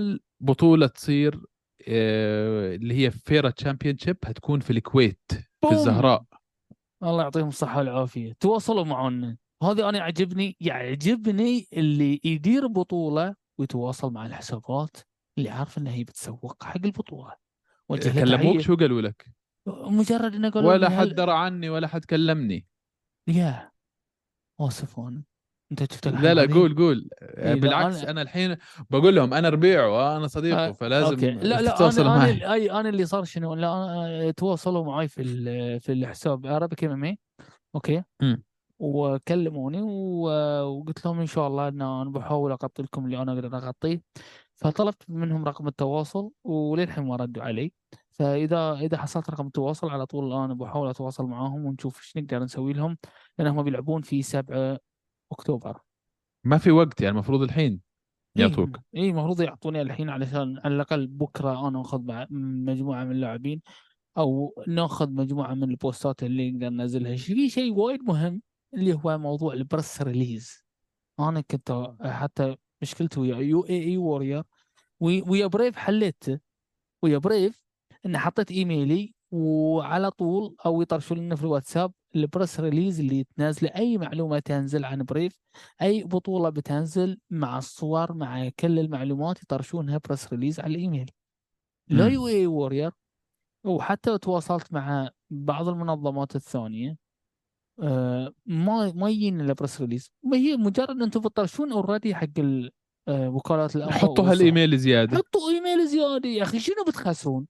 بطولة تصير آه، اللي هي فيرا تشامبيونشيب، هتكون في الكويت في بوم. الزهراء. الله يعطيهم الصحة والعافية، تواصلوا معنا. هذا أنا يعجبني، يعجبني اللي يدير بطولة ويتواصل مع الحسابات اللي عارف إنها هي بتسوق حق البطولة. وجه له كلموك تحية. شو قالوا لك؟ مجرد إنه قالوا ولا لي حد هل درى عني ولا حد كلمني. يا آسف أنا. أنت شفت الحين لا لا، هذه. قول قول. آه، إي لا بالعكس أنا. انا الحين بقول لهم انا ربيعه، انا صديقه، آه أوكي. فلازم لا لا تتواصلوا أنا أنا معي. أي أنا اللي صار شنو، لا أنا تواصلوا معي في ال- في الحساب عربي ام ام اي. أوكي. مم. وكلموني و- وقلت لهم ان شاء الله ان انا بحاول اغطي لكم اللي انا اقدر اغطيه. فطلبت منهم رقم التواصل وللحين ما ردوا علي. فاذا اذا حصلت رقم التواصل على طول انا بحاول اتواصل معاهم ونشوف ايش نقدر نسوي لهم، لانهم بيلعبون في سبعة اكتوبر. ما في وقت يعني، المفروض الحين اي يعطوك. اي المفروض يعطوني الحين علشان على الاقل بكره انا اخذ مع مجموعه من اللاعبين، او ناخذ مجموعه من البوستات اللي نقدر ننزلها. في شيء وايد مهم اللي هو موضوع البريس ريليز. انا كنت حتى مشكلتي ويا يو اي اي وورير ويا بريف حليته. ويا بريف ان حطيت ايميلي وعلى طول او يطرشوا لنا في الواتساب البريس ريليز اللي تنزل اي معلومه تنزل عن بريف، اي بطوله بتنزل مع الصور مع كل المعلومات يطرشونها بريس ريليز على الايميل. لا مم. يو اي وورير. وحتى تواصلت مع بعض المنظمات الثانيه، آه، ما ما يجينا الا بريس ريليز. ما هي مجرد انتم بتطرشون اوريدي حق ال- آه، وكالات الانباء حطوا والصحف. هالايميل زياده. حطوا ايميل زياده يا اخي، شنو بتخسرون؟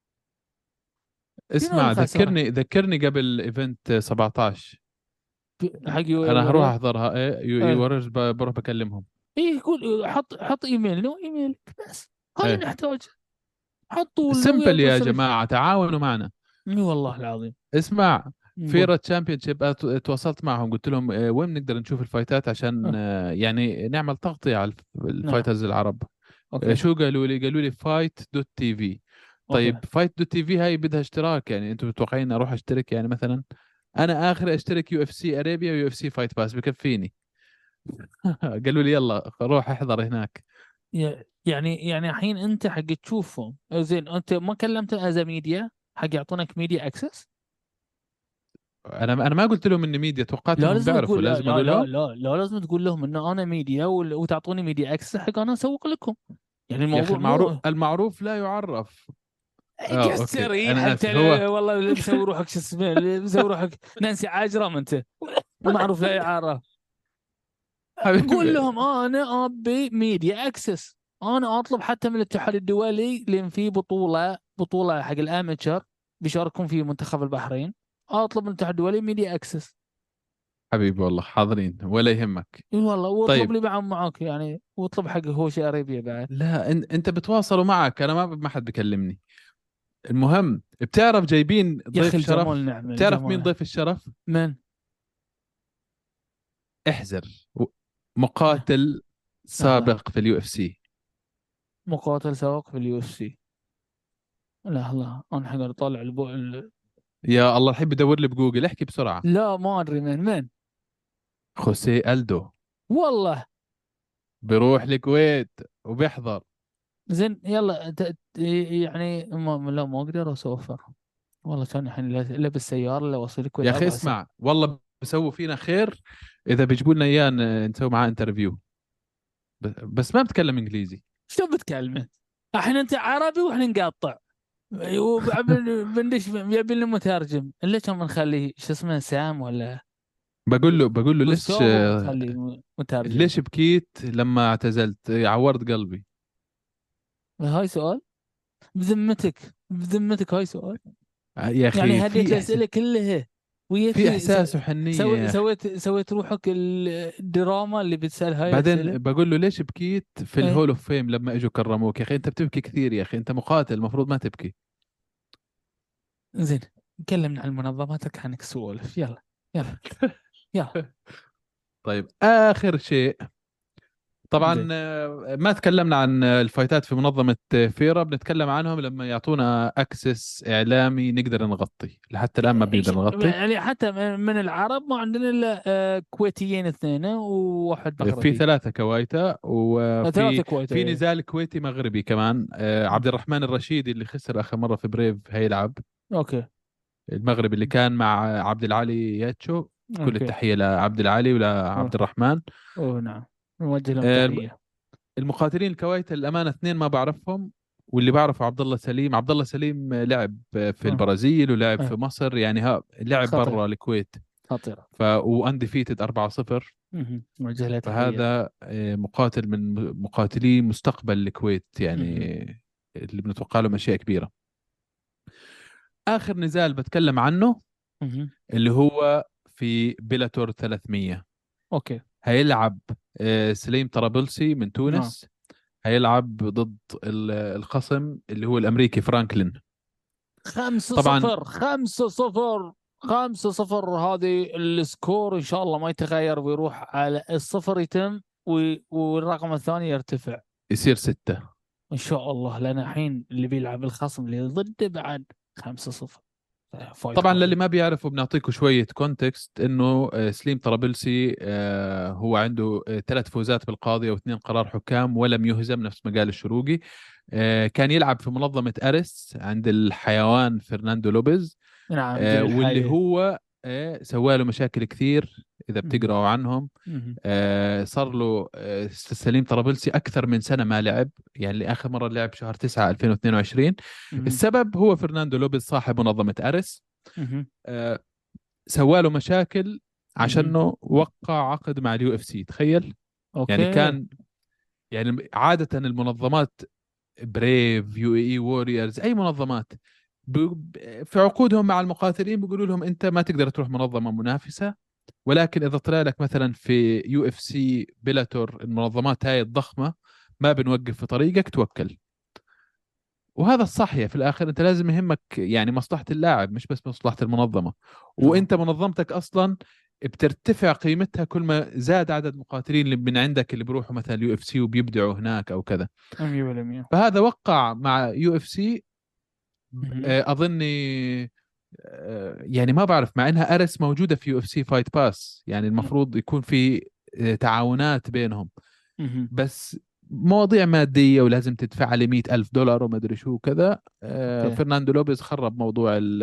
شنو اسمع، الخساره؟ ذكرني ذكرني قبل ايفنت سبعتاشر. ب- حق يو اي انا هروح وورير. احضرها، ايه يو- ايه يورج، ب- بروح بكلمهم. ايه يقول حط حط ايميل نو ايميل بس. هذا ايه نحتاج. حطوا لنا ويا سمبل يا بريس ريليز. جماعه، تعاونوا معنا. اي والله العظيم. اسمع، نقول. فيرا تشامبيونشيب تواصلت معهم، قلت لهم آه، وين بنقدر نشوف الفايتات عشان آه. آه، يعني نعمل تغطية على الف- نعم. الفايترز العرب. آه، اوكي. شو قالوا لي؟ قالوا لي فايت دوت تي في. اوكي. طيب فايت دوت تي في هاي بدها اشتراك، يعني انتم متوقعين اروح اشترك يعني مثلا؟ انا اخر اشترك يو اف سي ارابيا ويو اف سي فايت باس بكفيني. قالوا لي يلا روح احضر هناك. ي- يعني يعني الحين انت حق تشوفهم زين، انت ما كلمت از ميديا حق يعطونك ميديا اكسس؟ انا انا ما قلت لهم اني ميديا، توقعت لا انهم لازم بيعرفوا، تقول، لا لازم لا اقول لا لهم. لا, لا لازم تقول لهم ان انا ميديا وال- وتعطوني ميديا اكسس حق انا اسوق لكم. يعني يا اخي الموضوع المعروف مو المعروف لا يعرف. اه قص اوكي، ريح انا انت اسف. هو ل- والله اللي مسوي روحك شو اسمه، اللي مسوي روحك نانسي عجرم انت. المعروف لا يعرف. قول حبيبي. لهم آه انا ابي ميديا اكسس. انا اطلب حتى من الاتحاد الدولي لان في بطوله بطوله حق الاماتشر بيشاركون في منتخب البحرين. اطلب من الاتحاد الدولي ميديا اكسس. حبيبي والله حاضرين ولا يهمك. اي والله، واطلب طيب، لي معهم معاك يعني، واطلب حق هوشي اريبيا بعد. لا إن انت بتواصلوا معك، انا ما ما حد بكلمني. المهم، بتعرف جايبين يا اخي ضيف الجمال شرف؟ نعمه، بتعرف مين الجمال. ضيف الشرف؟ من؟ احذر. و- من؟ مقاتل لحظه. سابق في اليو اف سي. مقاتل سابق في اليو اف سي. لا لا انا حق اطالع البو... ال... يا الله، الحين بدور لي بجوجل، احكي بسرعة. لا ما ادري من من. خوسيه ألدو. والله. بيروح الكويت وبيحضر. زين يلا ت... ت- يعني ما... لا ما اقدر اسوفر. والله كان الحين لا لا بالسياره لا اوصل الكويت يا اخي اربع ساعات. اسمع، والله بسووا فينا خير اذا بيجيبوا لنا اياه ن- نسوي معاه انترفيو. ب- بس ما بتكلم انجليزي. شو بتكلمه؟ الحين انت عربي واحنا نقطع. وبندش يبي لنا مترجم. ليش كان بنخليه شو اسمه سام ولا بقول له بقول له ليش جوستافو بنخليه م- مترجم؟ ليش بكيت لما اعتزلت؟ عورت قلبي. هاي سؤال؟ بذمتك بذمتك هاي سؤال؟ يا يعني اخي هديت في احساس، الأسئلة كلها في ويتني س... احساس وحنيه سوي... يا اخي. سويت سويت روحك الدراما اللي بتسأل هاي بعدين الأسئلة. بقول له ليش بكيت في ايه الهول اوف فيم لما اجوا كرموك؟ يا اخي انت بتبكي كثير، يا اخي انت مقاتل، المفروض ما تبكي. زين. كلمنا عن منظماتك عنك سوالف يلا. يلا. يلا. طيب اخر شيء، طبعا زين. آه، ما تكلمنا عن الفايتات في منظمة فيرا، بنتكلم عنهم لما يعطونا اكسس اعلامي نقدر نغطي. لحتى الان ما بنقدر إيش- نغطي. يعني حتى من من العرب ما عندنا الا آه، كويتيين اثنين وواحد في مغربي. ثلاثة كويتا، آه، ثلاثة وفي في كويتيين. نزال كويتي مغربي كمان. آه، عبد الرحمن الرشيدي اللي خسر آخر مرة في بريف هيلعب، اوكي. المغربي اللي كان مع عبد العالي ياتشو. كل اوكي. التحية لعبد العالي اوه, ولعبد الرحمن. أوه نعم. نوجه لهم آه، تحية. المقاتلين الكويت الأمانة اثنين ما بعرفهم، واللي بعرفه عبد الله سليم. عبد الله سليم لعب في اه. البرازيل ولعب في اه. مصر، يعني ها لعب خطير. برا الكويت. خطير. ف وانديفيتد أربعة صفر. مهم. نوجه له تحية. فهذا آه، مقاتل من مقاتلي مستقبل الكويت مهم. يعني، اللي بنتوقع له اشياء كبيره. اخر نزال بتكلم عنه مهم. اللي هو في بيلاتور ثلاثمية. اوكي. هيلعب آه، سليم طرابلسي من نعم. تونس، هيلعب ضد ال- الخصم اللي هو الامريكي فرانكلين. خمسة طبعا صفر خمسة صفر خمسة صفر هذه السكور إن شاء الله ما يتغير ويروح على الصفر يتم و... والرقم الثاني يرتفع يصير ستة. إن شاء الله، لأن الحين اللي بيلعب الخصم اللي ضده بعد خمسة صفر. فايت طبعا قوي. للي ما بيعرفوا بنعطيكم شوية كونتكست انه آه، سليم طرابلسي آه، هو عنده آه، ثلاث فوزات بالقاضية واثنين قرار حكام ولم يهزم، نفس ما قال الشروقي. آه، كان يلعب في منظمة أرس عند الحيوان فرناندو لوبيز. نعم آه، جيل واللي الحي. هو آه، سواله مشاكل كثير إذا مهم. بتقرأوا عنهم. مهم. آه، صار له آه، سليم طرابلسي أكثر من سنة ما لعب، يعني آخر مرة لعب شهر تسعة ألفين واثنين وعشرين. مهم. السبب هو فرناندو لوبيز صاحب منظمة أرس. مهم. آه، سواله مشاكل مهم. عشانه وقع عقد مع اليو اف سي، تخيل. يعني أوكي. كان، يعني عادة المنظمات بريف، يو اي ووريرز، اي منظمات ب- في عقودهم مع المقاتلين بيقولوا لهم انت ما تقدر تروح منظمة منافسة، ولكن اذا طلع لك مثلا في يو اف سي بيلاتور المنظمات هاي الضخمة ما بنوقف في طريقك، توكل. وهذا الصح، يا في الاخر انت لازم يهمك يعني مصلحة اللاعب مش بس مصلحة المنظمة. نعم. وانت منظمتك اصلا بترتفع قيمتها كل ما زاد عدد مقاتلين اللي من عندك اللي بيروحوا مثلا يو اف سي وبيبدعوا هناك او كذا. مية بالمية. فهذا وقع مع يو اف سي. مهم. اظني آه، يعني ما بعرف، مع انها ارس موجودة في يو اف سي فايت باس، يعني المفروض يكون في آه، تعاونات بينهم. مهم. بس مواضيع مادية ولازم تدفع لي مئة ألف دولار وما أدري شو كذا. آه، أوكي. فرناندو لوبيز خرب موضوع ال-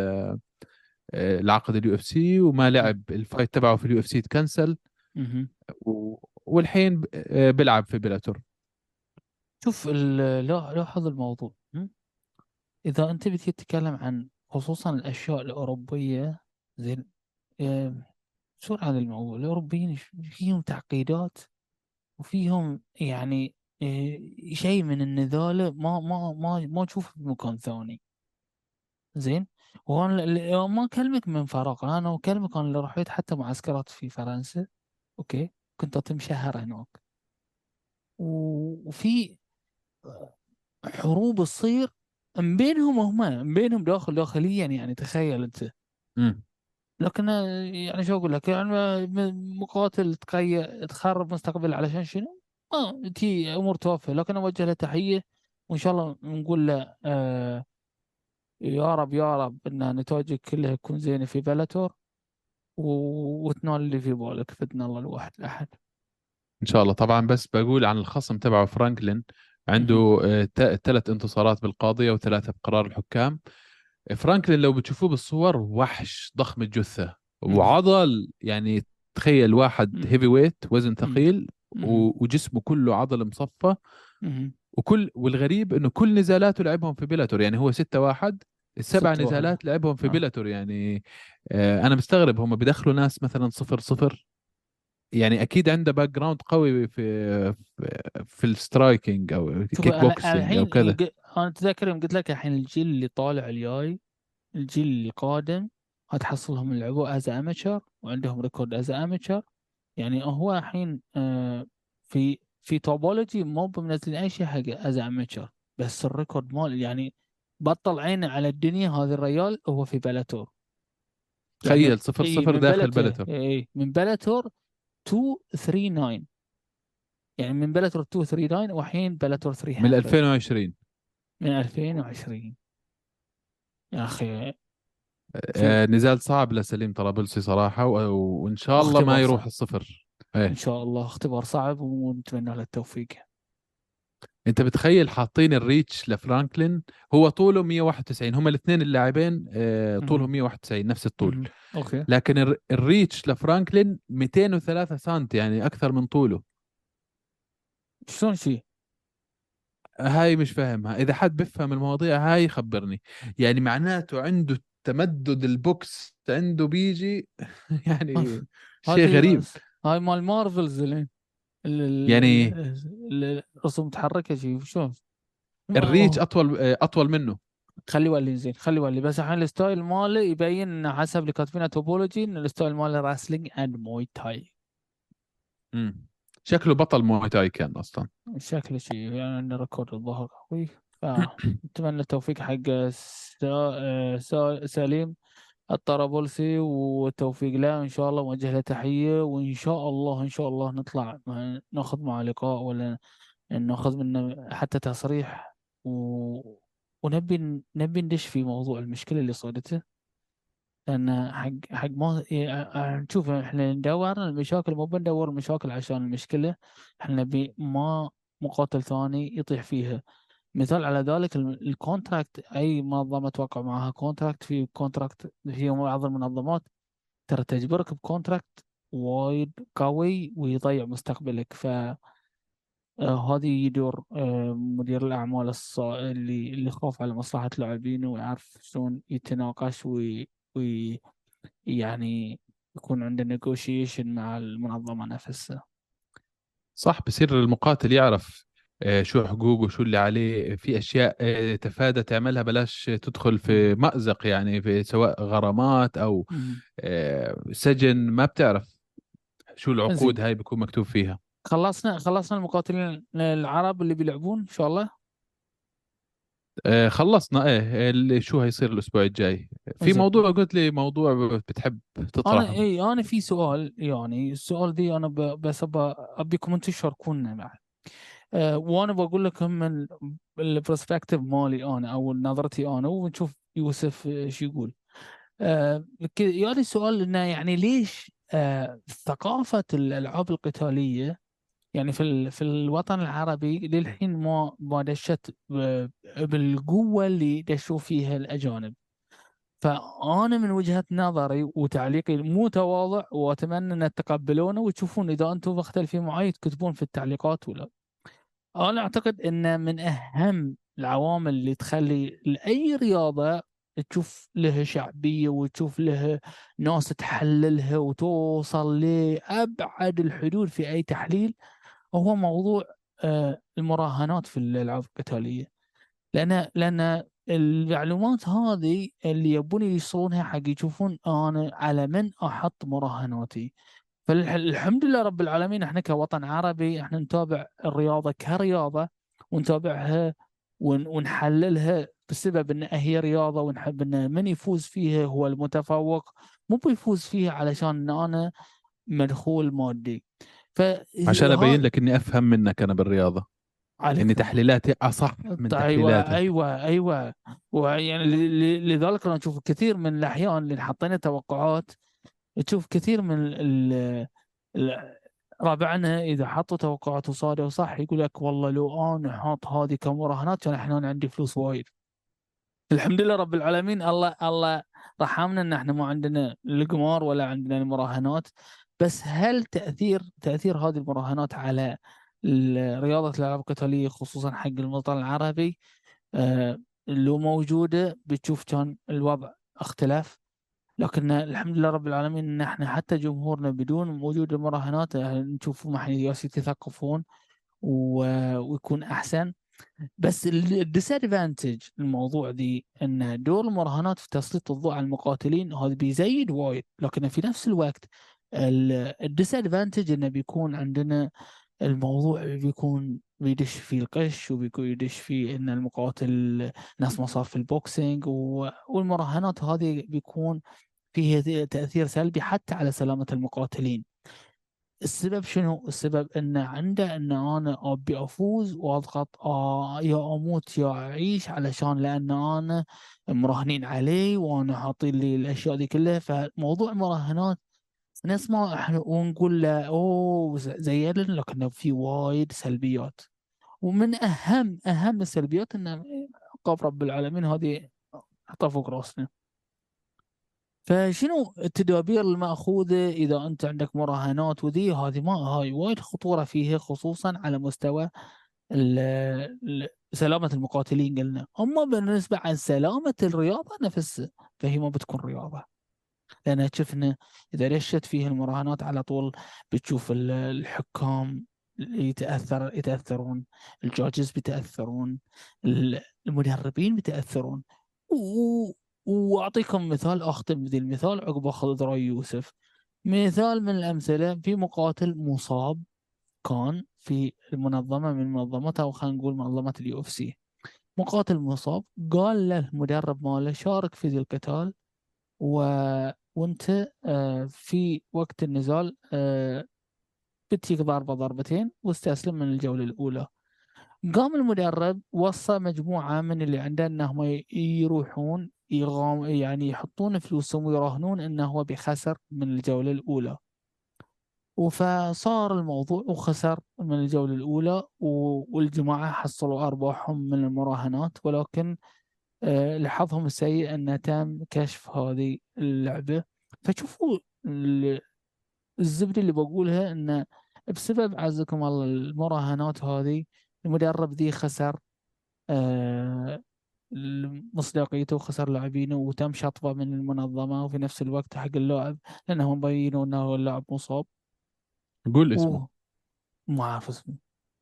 آه، العقد اليو اف سي وما مهم. لعب الفايت تبعه في اليو اف سي، تكنسل. مهم. و- والحين ب- آه، بيلعب في بيلاتور. شوف ال- لا لاحظ الموضوع. م? إذا أنت بتيجي تتكلم عن خصوصا الأشياء الأوروبية، زين. آه، شو هذا الموضوع؟ الأوروبيين ش- فيهم تعقيدات وفيهم يعني آه، شيء من النذالة ما ما ما ما تشوفه في مكان ثاني. زين. وانا ال- ال- ما اكلمك من فراغ، انا اكلمك انا اللي رحت حتى معسكرات في فرنسا. اوكي. كنت اتم شهر هناك. و- وفي حروب تصير من بينهم هم من بينهم داخل داخليا، يعني تخيل انت. مم. لكن آه، يعني شو اقول لك، يعني ما- م- مقاتل تقي تخرب مستقبل علشان شنو؟ اه تي امور توفى، لكن اوجه له تحيه. وان شاء الله نقول له آه يا رب يا رب ان نتائجك كلها تكون زينه في بلاتور، و- وتنال اللي في بالك باذن الله الواحد الاحد. ان شاء الله. طبعا بس بقول عن الخصم تبعه فرانكلين، مهم. عنده ثلاث انتصارات بالقاضية وثلاثة بقرار الحكام. فرانكلين لو بتشوفوه بالصور وحش ضخم الجثة مهم. وعضل، يعني تخيل واحد مهم. هيفي ويت وزن مهم. ثقيل مهم. و- وجسمه كله عضل مصفى. مهم. وكل والغريب انه كل نزالاته لعبهم في بيلاتور، يعني هو ستة واحد، السبع ستة واحد. نزالات لعبهم في اه. بيلاتور يعني. آه انا مستغرب هم بدخلوا ناس مثلا صفر صفر، يعني اكيد عنده باك جراوند قوي في في, في السترايكينج او شوف كيك أنا- أنا بوكسينج او الحين كذا. يق- انا اتذكر يوم قلت لك الحين الجيل اللي طالع الجاي، الجيل اللي قادم هتحصلهم يلعبوا از اماتشر وعندهم ريكورد از اماتشر. يعني هو الحين آه في في توبولوجي مو بمنزلين اي شيء حق از اماتشر، بس الريكورد مال يعني بطل عينه على الدنيا هذا الريال هو في بلاتور. يعني تخيل صفر اي صفر من داخل بلاتور، بيلاتور. اي من بلاتور مئتين وثلاثة وثلاثين. يعني من بلاتور مئتين وثلاثة وثلاثين وحين بلاتور من ثلاثمية ألفين وعشرين. من ألفين وعشرين. يا أخي في آه، نزال صعب لسليم طرابلسي صراحة، و- وإن شاء الله ما اختبار يروح صعب. الصفر. إن إيه. شاء الله اختبار صعب ونتمنى له التوفيق. أنت بتخيل حاطين الريتش لفرانكلين، هو طوله مية وواحد وتسعين، هم الاثنين اللاعبين آه، طولهم مهم. مية وواحد وتسعين نفس الطول. مهم. أوكي. لكن الر- الريتش لفرانكلين مئتين وثلاثة سنتي، يعني أكثر من طوله. شلون شي؟ هاي مش فاهمها، إذا حد بفهم المواضيع هاي خبرني. يعني معناته عنده تمدد البوكس عنده بيجي يعني شيء هذه غريب. بس هاي مال مارفلز اللي ال- يعني ال- ال- الرسوم متحركة شي شلون؟ ما الريتش هو أطول آه، أطول منه. خلي يولي زين، خلي يولي، بس الحين الستايل ماله يبين إن حسب اللي كاتبينه توبولوجي ان الستايل ماله راسلينج اند موي تاي. مم. شكله بطل مواي تاي كان أصلا. شكله شيء يعني ريكورد الظهر قوي. فنتمنى التوفيق حق سا... آه، سا... سليم الطرابلسي، والتوفيق له إن شاء الله، وجه له تحية، وإن شاء الله إن شاء الله نطلع مع- ناخذ معه لقاء، ولا ناخذ منه حتى تصريح، و... ونبي نبي ندش في موضوع المشكلة اللي صادته. لأن حق حق ما إيه، آه، نشوف إحنا ندور المشاكل، مو بندور المشاكل عشان المشكلة. إحنا نبي ما مقاتل ثاني يطيح فيها. مثال على ذلك ال- الكونتراكت، أي منظمة توقع معها كونتراكت، في كونتراكت في بعض المنظمات ترى تجبرك بكونتراكت وايد قوي ويضيع مستقبلك. ف آه، هذه يدور آه، مدير الأعمال الص... اللي اللي يخاف على مصلحة لاعبينه، ويعرف شلون يتناقش وي... وي... يعني يكون عنده نيغوشيشن مع المنظمة نفسها. صح، بصير المقاتل يعرف آه، شو حقوقه، شو اللي عليه، في أشياء آه، تفادى تعملها، بلاش تدخل في مهم. مأزق، يعني في سواء غرامات أو مهم. آه، سجن. ما بتعرف شو زين، العقود هاي بيكون مكتوب فيها. خلصنا خلصنا المقاتلين العرب اللي بيلعبون إن شاء الله. آه، خلصنا. ايه اللي شو هيصير الأسبوع الجاي؟ في زين، موضوع قلت لي موضوع بتحب انا تطرحه. اي انا في سؤال، يعني السؤال دي انا ب- بس أبى- ابيكم انتم تشاركونا معه. أه وانا بقول لكم من البرسبكتيف مالي انا او نظرتي انا، ونشوف يوسف آه، شو يقول. أه ك- يعني السؤال انه يعني ليش أه ثقافة الالعاب القتالية، يعني في ال- في الوطن العربي للحين ما ما دشت ب- بالقوة اللي دشوا فيها الاجانب. فأنا من وجهة نظري وتعليقي المتواضع، وأتمنى أن تتقبلونه وتشوفون إذا أنتم مختلفين معي تكتبون في التعليقات ولا. أنا أعتقد أن من أهم العوامل اللي تخلي أي رياضة تشوف لها شعبية وتشوف لها ناس تحللها وتوصل لأبعد الحدود في أي تحليل، هو موضوع آه، المراهنات في الألعاب القتالية. لأن لأن المعلومات هذه اللي يبون يوصلونها حق يشوفون أنا على من أحط مراهناتي. فالحمد لله رب العالمين، احنا كوطن عربي احنا نتابع الرياضة كرياضة، ونتابعها ون- ونحللها بسبب ان هي رياضة، ونحب ان من يفوز فيها هو المتفوق، مو بيفوز فيها علشان ان انا مدخول مادي. عشان أبين فها لك إني أفهم منك أنا بالرياضة، إني عليك الله. تحليلاتي أصح من طيب، ايوه تحليلاتك. ايوه ايوه. ويعني ل- ل- لذلك انا اشوف كثير من الاحيان اللي حاطين توقعات، تشوف كثير من ال ال- ربعنا اذا حطوا توقعات وصادوا صح يقول لك والله لو انا حاط هذه كمراهنات كان احنا أنا عندي فلوس وايد. الحمد لله رب العالمين، الله الله رحمنا ان احنا ما عندنا القمار ولا عندنا المراهنات. بس هل تاثير تاثير هذه المراهنات على ال- رياضه الالعاب القتاليه خصوصا حق الوطن العربي؟ آه، لو موجودة بتشوف كان الوضع اختلاف. لكن الحمد لله رب العالمين ان احنا حتى جمهورنا بدون وجود المراهنات آه، نشوف ما ياس يتثقفون و- ويكون احسن. بس الديسادفانتج الموضوع دي ان دور المراهنات في تسليط الضوء على المقاتلين هذا بيزيد وايد، لكن في نفس الوقت الديسادفانتج انه بيكون عندنا الموضوع بيكون بيدش فيه القش، وبيكون يدش فيه ان المقاتل ناس ما صار في البوكسينج و- والمراهنات هذه بيكون فيها تأثير سلبي حتى على سلامة المقاتلين. السبب شنو؟ السبب ان عنده ان انا ابي افوز واضغط، آه يا اموت يا اعيش، علشان لان انا مراهنين علي وانا حاطين لي الاشياء دي كلها. فموضوع مراهنات نسمع احنا ونقول له اوه ز- زين، لكن في وايد سلبيات. ومن اهم اهم السلبيات ان عقاب رب العالمين هذه حطها فوق راسنا. فشنو التدابير المأخوذة إذا أنت عندك مراهنات وذي؟ هذه ما هاي وايد خطورة فيها، خصوصا على مستوى ال- ال- سلامة المقاتلين قلنا. أما بالنسبة عن سلامة الرياضة نفسها، فهي ما بتكون رياضة. لأن شفنا إذا رشت فيه المراهنات على طول بتشوف ال- الحكام يتأثر يتأثرون، الجاجز بيتأثرون، ال- المدربين بيتأثرون. و- وأعطيكم مثال، أختم بذي المثال عقب أخذ رأي يوسف. مثال من الأمثلة، في مقاتل مصاب كان في المنظمة من منظمتها، أو خلينا نقول منظمة اليو اف سي. مقاتل مصاب، قال له المدرب ماله شارك في ذي القتال، و... وانت آه، في وقت النزال آه، بتجيك ضربة ضربتين واستسلم من الجولة الأولى. قام المدرب وصى مجموعة من اللي عنده انهم ي- يروحون يغام يعني يحطون فلوسهم ويراهنون انه هو بيخسر من الجولة الأولى. وفصار الموضوع وخسر من الجولة الأولى، و- والجماعة حصلوا أرباحهم من المراهنات. ولكن آه، لحظهم السيء أن تم كشف هذه اللعبة. فشوفوا ال- الزبدة اللي بقولها، أن بسبب عزكم الله المراهنات هذه، المدرب ذي خسر آه، مصداقيته وخسر لاعبينه، وتم شطبه من المنظمة، وفي نفس الوقت حق اللاعب لأنهم بينوا أنه اللاعب مصاب. قول اسمه. وما أعرف اسمه.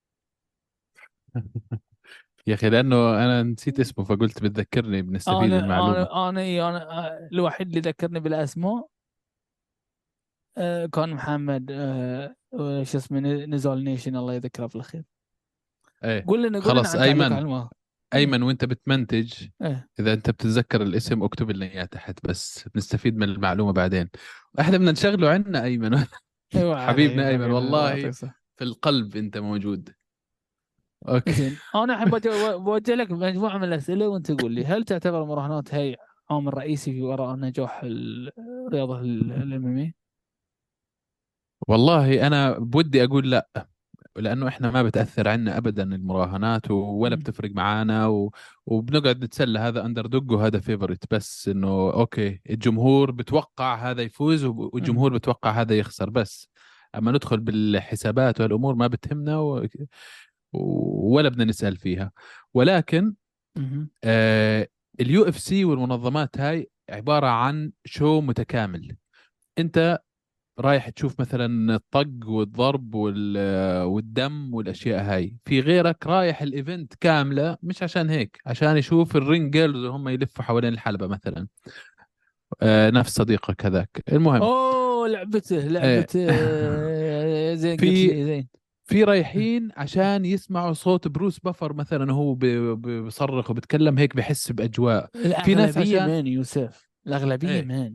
يا اخي لانه انا نسيت اسمه فقلت بتذكرني بنستفيد من أنا المعلومه. أنا أنا إيه، أنا آه، الوحيد اللي ذكرني بالأسماء آه، كان محمد آه، آه، شو اسمه نزال نيشن، الله يذكره بالخير. ايه قول لنا قول لنا خلص عن تعليق ايمن. على الماء. ايه. ايمن وانت بتمنتج، ايه. اذا انت بتتذكر الاسم اكتب لنا اياه تحت بس بنستفيد من المعلومه بعدين. احنا بدنا نشغله عنا ايمن. ايوه حبيبنا علي ايمن حبيبي، الله والله، يعطيك الصحة. في القلب انت موجود. اوكي. زين، انا احب أجو- بوجه لك مجموعه من الاسئله وانت قول لي، هل تعتبر المراهنات هي عامل رئيسي في وراء نجاح ال- الرياضه الاماميه؟ والله انا بودي اقول لا، لانه احنا ما بتاثر عنا ابدا المراهنات و- ولا مم. بتفرق معانا و... وبنقعد نتسلى، هذا اندر دوج وهذا فيفورت، بس انه اوكي الجمهور بتوقع هذا يفوز وب- مم. والجمهور بتوقع هذا يخسر بس. اما ندخل بالحسابات والامور ما بتهمنا و... ولا بدنا نسال فيها. ولكن مم. آه اليو اف سي والمنظمات هاي عباره عن شو متكامل. انت رايح تشوف مثلا الطق والضرب وال- والدم والاشياء هاي، في غيرك رايح الايفنت كامله مش عشان هيك، عشان يشوف الرينج جيرلز وهم يلفوا حوالين الحلبة مثلا. آه نفس صديقك هذاك المهم. اوه لعبته آه لعبته آه، زين قلت في لي زين. في رايحين عشان يسمعوا صوت بروس بفر مثلا وهو ب- ب- بصرخ وبتكلم هيك بحس باجواء. في ناس الاغلبيه عشان مان يوسف، الاغلبيه ايه مان.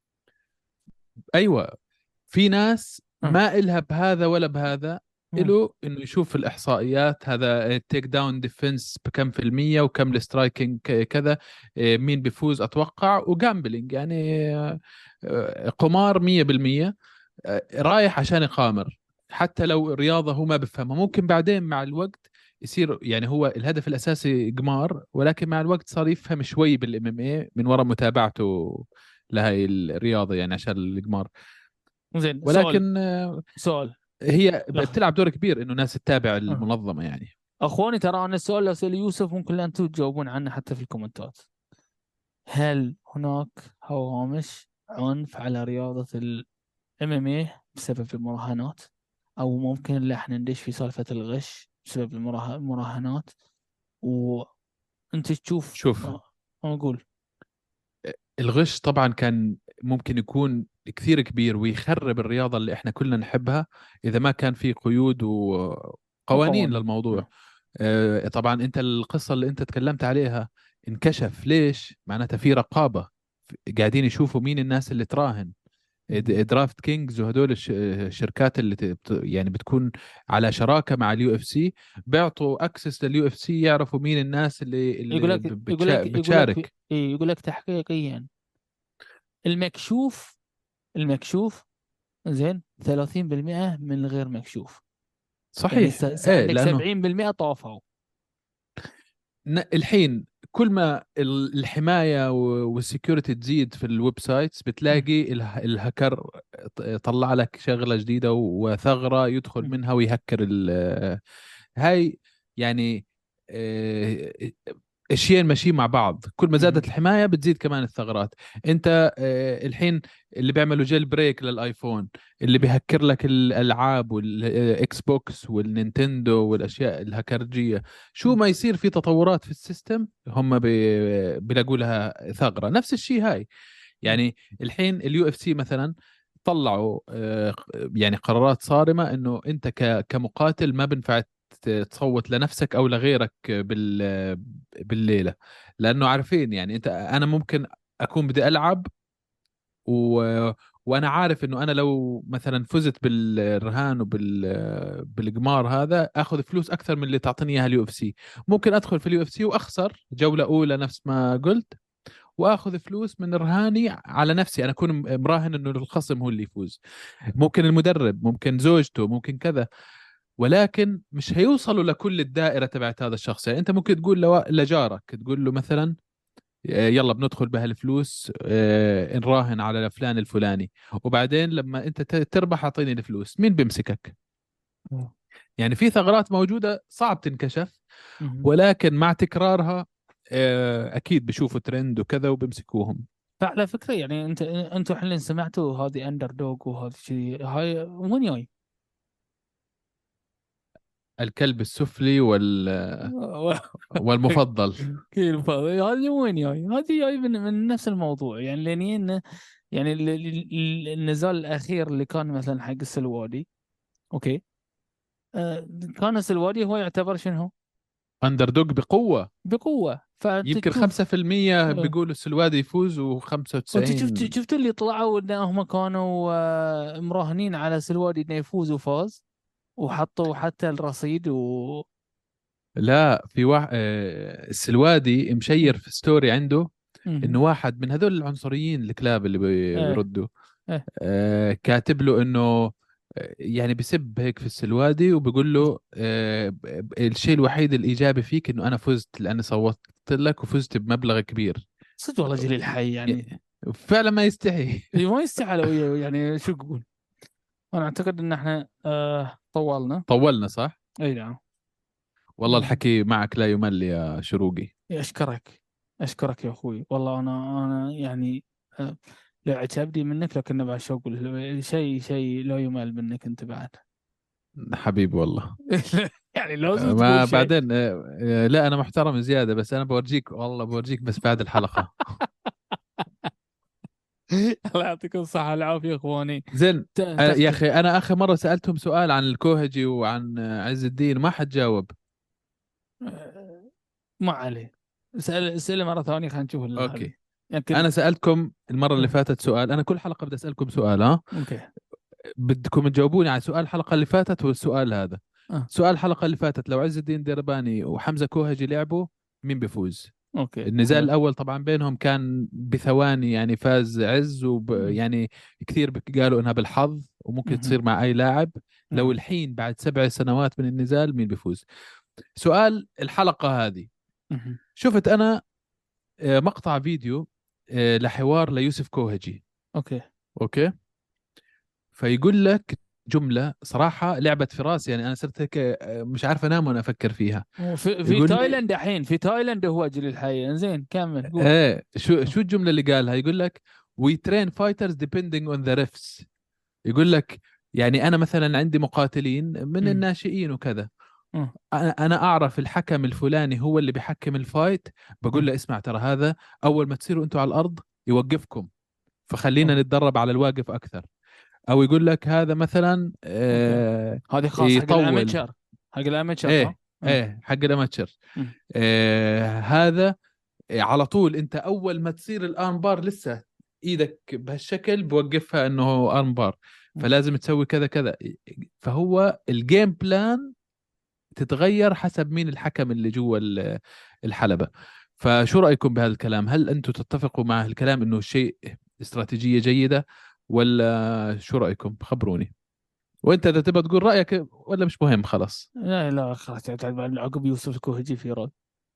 ايوه، في ناس آه. ما إلها بهذا ولا بهذا، آه. إله إنه يشوف الإحصائيات، هذا التيك داون ديفنس بكم في المية وكم السترايكينج ك- كذا، إيه، مين بيفوز أتوقع، وجامبلينج يعني آه، آه، قمار مية بالمية. آه، رايح عشان يقامر. حتى لو الرياضة هو ما بفهمها، ممكن بعدين مع الوقت يصير يعني هو الهدف الأساسي قمار، ولكن مع الوقت صار يفهم شوي بالام ام اي من وراء متابعته لهي الرياضة يعني عشان القمار. زين سؤال ولكن آه، سؤال هي لا. بتلعب دور كبير انه ناس تتابع آه. المنظمه يعني. اخواني ترى انا السؤال اللي اساله يوسف ممكن انتم تجاوبون عنه حتى في الكومنتات. هل هناك هوامش عنف على رياضة ال إم إم إيه بسبب المراهنات؟ أو ممكن لا احنا ندش في سالفة الغش بسبب المراه- المراهنات؟ وأنت تشوف شوف، آه، أنا أقول. الغش طبعا كان ممكن يكون كثير كبير ويخرب الرياضه اللي احنا كلنا نحبها اذا ما كان في قيود وقوانين وقوانين. للموضوع. آه. آه، طبعا انت القصه اللي انت تكلمت عليها انكشف ليش، معناتها في رقابه، قاعدين يشوفوا مين الناس اللي تراهن. درافت كينجز وهدول الش- الشركات اللي ت- بت- يعني بتكون على شراكه مع اليو اف سي، بيعطوا اكسس لليو اف سي، يعرفوا مين الناس اللي يقول اللي لك ب- يقول بتشا- لك يقول لك بتشارك. إيه، يقول لك تحقيقيا المكشوف المكشوف زين ثلاثين بالمئة من الغير مكشوف. يعني س- صحيح، س- ايه، عندك لانه سبعين بالمئة طافوا. ن- الحين كل ما ال- الحماية والسكيورتي تزيد في الويب سايتس، مم. بتلاقي اله- الهكر ط- طلع لك شغلة جديدة وثغرة يدخل مم. منها ويهكر ال- هاي يعني آه، اشياء ماشيين مع بعض. كل ما زادت مم. الحمايه بتزيد كمان الثغرات. انت آه، الحين اللي بيعملوا جيل بريك للايفون، اللي مم. بيهكر لك الالعاب والاكس بوكس والنينتندو والاشياء الهكرجيه، شو مم. ما يصير في تطورات في السيستم هم بي- بيلاقوا لها ثغره. نفس الشيء هاي. مم. يعني الحين اليو اف سي مثلا طلعوا آه، يعني قرارات صارمة انه انت ك- كمقاتل ما بنفع ت- تصوت لنفسك او لغيرك بال بالليلة، لانه عارفين يعني انت انا ممكن اكون بدي العب و وانا عارف انه انا لو مثلا فزت بالرهان وبال بالقمار هذا اخذ فلوس اكثر من اللي تعطيني اياها اليو اف سي. ممكن ادخل في اليو اف سي واخسر جولة اولى نفس ما قلت، واخذ فلوس من رهاني على نفسي، انا اكون مراهن انه الخصم هو اللي يفوز. ممكن المدرب، ممكن زوجته، ممكن كذا، ولكن مش هيوصلوا لكل الدائرة تبعت هذا الشخص. يعني انت ممكن تقول لو... لجارك، تقول له مثلا آه، يلا بندخل بهالفلوس، آه، نراهن على فلان الفلاني، وبعدين لما انت ت- تربح اعطيني الفلوس. مين بيمسكك؟ مم. يعني في ثغرات موجودة صعب تنكشف، مم. ولكن مع تكرارها آه، اكيد بشوفوا ترند وكذا وبمسكوهم. فعلى فكرة يعني انت انتوا حين سمعتوا هذه اندر دوغ وهذا الشيء هاي وين جاي؟ الكلب السفلي وال... والمفضل. كيف هذه وين جاي؟ هذه جاي من, من نفس الموضوع يعني لان يعني ال- ال- ال- النزال الاخير اللي كان مثلا حق السلوادي. اوكي. آه، كان السلوادي هو يعتبر شنو؟ اندر دوج بقوة. بقوة. فانت يمكن تشوف. خمسة في المية آه، بيقولوا السلوادي يفوز وانت شفت و95. شفت اللي طلعوا انهم كانوا آه، مراهنين على سلوادي انه يفوز وفاز وحطوا حتى الرصيد و لا، في واحد السلوادي مشير في ستوري عنده مهم. انه واحد من هذول العنصريين الكلاب اللي بي- ايه بيردوا، ايه آه، كاتب له انه آه، يعني بيسب هيك في السلوادي وبيقول له آه، ب- ب- الشيء الوحيد الإيجابي فيك انه انا فزت لاني صوتت لك وفزت بمبلغ كبير. صدق والله جليل حي يعني. ي- فعلا ما يستحي. إيه، ما يستحق وياه يعني شو اقول. انا اعتقد ان احنا آه طولنا. طولنا صح. اي نعم. والله الحكي معك لا يمل يا شروقي. اشكرك. اشكرك يا اخوي والله انا انا يعني آه لو عتبدي منك لكن بعد شو اقول شيء شيء لا يمل منك انت بعد. حبيبي والله. يعني لازم ما تقول شيء. بعدين آه، آه، لا انا محترم زيادة، بس انا بورجيك والله بورجيك بس بعد الحلقة. الله يعطيكم الصحة والعافية اخواني. زين. ت- آه، يا تختم. اخي انا اخر مرة سألتهم سؤال عن الكوهجي وعن آه، عز الدين ما حد جاوب. آه، ما عليه. اسأل اسأله مرة ثانية خلينا نشوف ال- هذه. اوكي. يمكن. انا سألتكم المرة اللي آه، فاتت سؤال، انا كل حلقة بدي اسألكم سؤال، ها اوكي. بدكم تجاوبوني على سؤال الحلقة اللي فاتت والسؤال هذا. اه سؤال الحلقة اللي فاتت، لو عز الدين درباني وحمزة كوهجي لعبوا مين بيفوز؟ اوكي النزال حلو. الأول طبعا بينهم كان بثواني، يعني فاز عز وب مم. يعني كثير بك- قالوا إنها بالحظ وممكن مهم. تصير مع أي لاعب. لو مهم. الحين بعد سبع سنوات من النزال مين بيفوز؟ سؤال الحلقة هذه، مهم. شفت أنا آه، مقطع فيديو آه، لحوار ليوسف كوهجي. اوكي. أوكي. فيقول لك جملة صراحة لعبت في راسي، يعني أنا صرت هيك آه، مش عارف أنام وأنا أفكر فيها. في في يقول لي تايلاند الحين في تايلاند هو اجل الحي زين كمل قول. ايه، شو شو الجملة اللي قالها؟ يقول لك we train fighters depending on the refs. يقول لك يعني انا مثلا عندي مقاتلين من مم. الناشئين وكذا، مم. انا أنا اعرف الحكم الفلاني هو اللي بيحكم الفايت، بقول مم. له اسمع ترى هذا اول ما تصيروا انتوا على الارض يوقفكم، فخلينا أوكي. نتدرب على الواقف اكثر. او يقول لك هذا مثلا اوكي. آه هذه خاص حق يطول. الاماتشر. حق الاماتشر ها. ايه مم. ايه حق الاماتشر. مم. آه هذا على طول انت اول ما تصير الان بار لسه ايدك بهالشكل بوقفها انه ارمبار، فلازم تسوي كذا كذا. فهو الجيم بلان تتغير حسب مين الحكم اللي جوا الحلبة. فشو رأيكم بهذا الكلام؟ هل أنتم تتفقوا مع الكلام إنه شيء استراتيجية جيدة، ولا شو رأيكم؟ خبروني. وانت اذا تبغى تقول رايك ولا مش مهم خلاص؟ لا لا خلاص تعال عقب يوسف الكوهجي في رأي.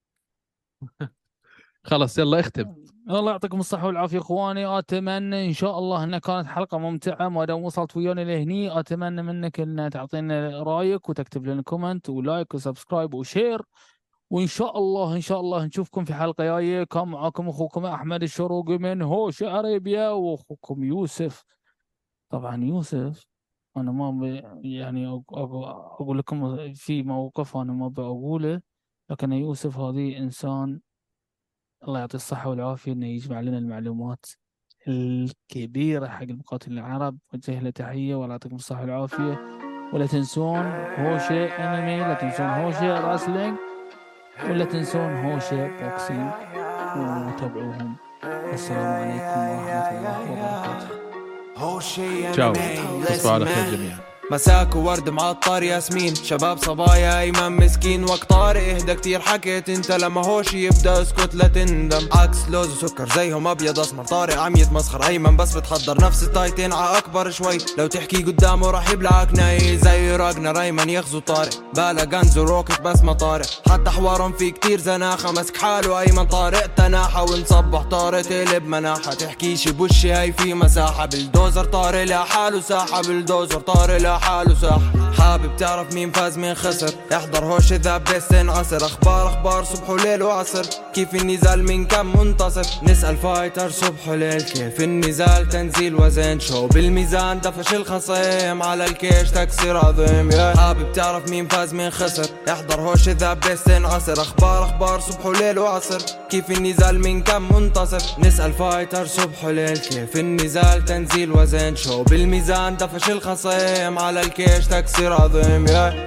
خلاص يلا اختم. الله يعطيكم الصحة والعافية اخواني، اتمنى ان شاء الله انها كانت حلقة ممتعة. ما دام وصلت ويانا لهني اتمنى منك ان تعطينا رايك وتكتب لنا كومنت ولايك وسبسكرايب وشير، وان شاء الله ان شاء الله نشوفكم في حلقة جاية. كان معكم اخوكم احمد الشروقي من هوش اريبيا، واخوكم يوسف. طبعا يوسف انا ما ب... يعني اقول لكم في موقف انا ما بقوله، لكن يوسف هذه انسان الله يعطيه الصحة والعافية انه يجمع لنا المعلومات الكبيرة حق المقاتلين العرب. وجه له تحية والله يعطيكم الصحة والعافية. ولا تنسون هوشة انمي، لا تنسون هوشة راسلينج، ولا تنسون هوشة بوكسينج، وتابعوهم. السلام عليكم ورحمة الله وبركاته. تشاو، تصبحوا على خير جميعا. مساك وورد معطر ياسمين، شباب صبايا ايمن مسكين وقت طارق اهدى كتير حكيت انت لما هوش يبدا اسكت لا تندم. عكس لوز وسكر زيهم ابيض اسمر، طارق عم يتمسخر ايمن بس بتحضر نفس التايتين ع اكبر شوي. لو تحكي قدامه راح يبلعك ناي زي راجنر ايمن يغزو طارق. بالا غنز وروكت بس ما طارق، حتى حوارهم في كتير زناخه. مسك حاله ايمن طارق تناحه ونصبح طارق تقلب مناحه. تحكيش بوشي هاي في مساحه، بالدوزر طارق لحاله ساحه، بالدوزر طارق لحاله حاله صح. حابب تعرف مين فاز مين خسر؟ احضر هوش ذا بيستن عصر. اخبار اخبار صبح وليل وعصر، كيف النزال من كم منتصف. نسأل فايتر صبح وليل كيف النزال تنزيل وزن. شو بالميزان دفش الخصيم على الكيش تكسير عظيم. حابب تعرف مين فاز مين خسر؟ احضر هوش ذا بيستن عصر. اخبار اخبار صبح وليل وعصر، كيف النزال من كم منتصف. نسأل فايتر صبح وليل كيف النزال تنزيل وزن. شو بالميزان دفش الخصيم على الكيش تكسير عظيم. يا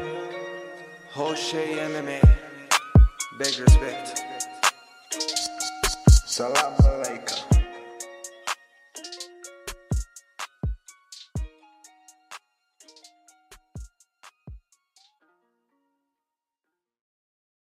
هوشي ام ام اي big respect. Salam alaikum.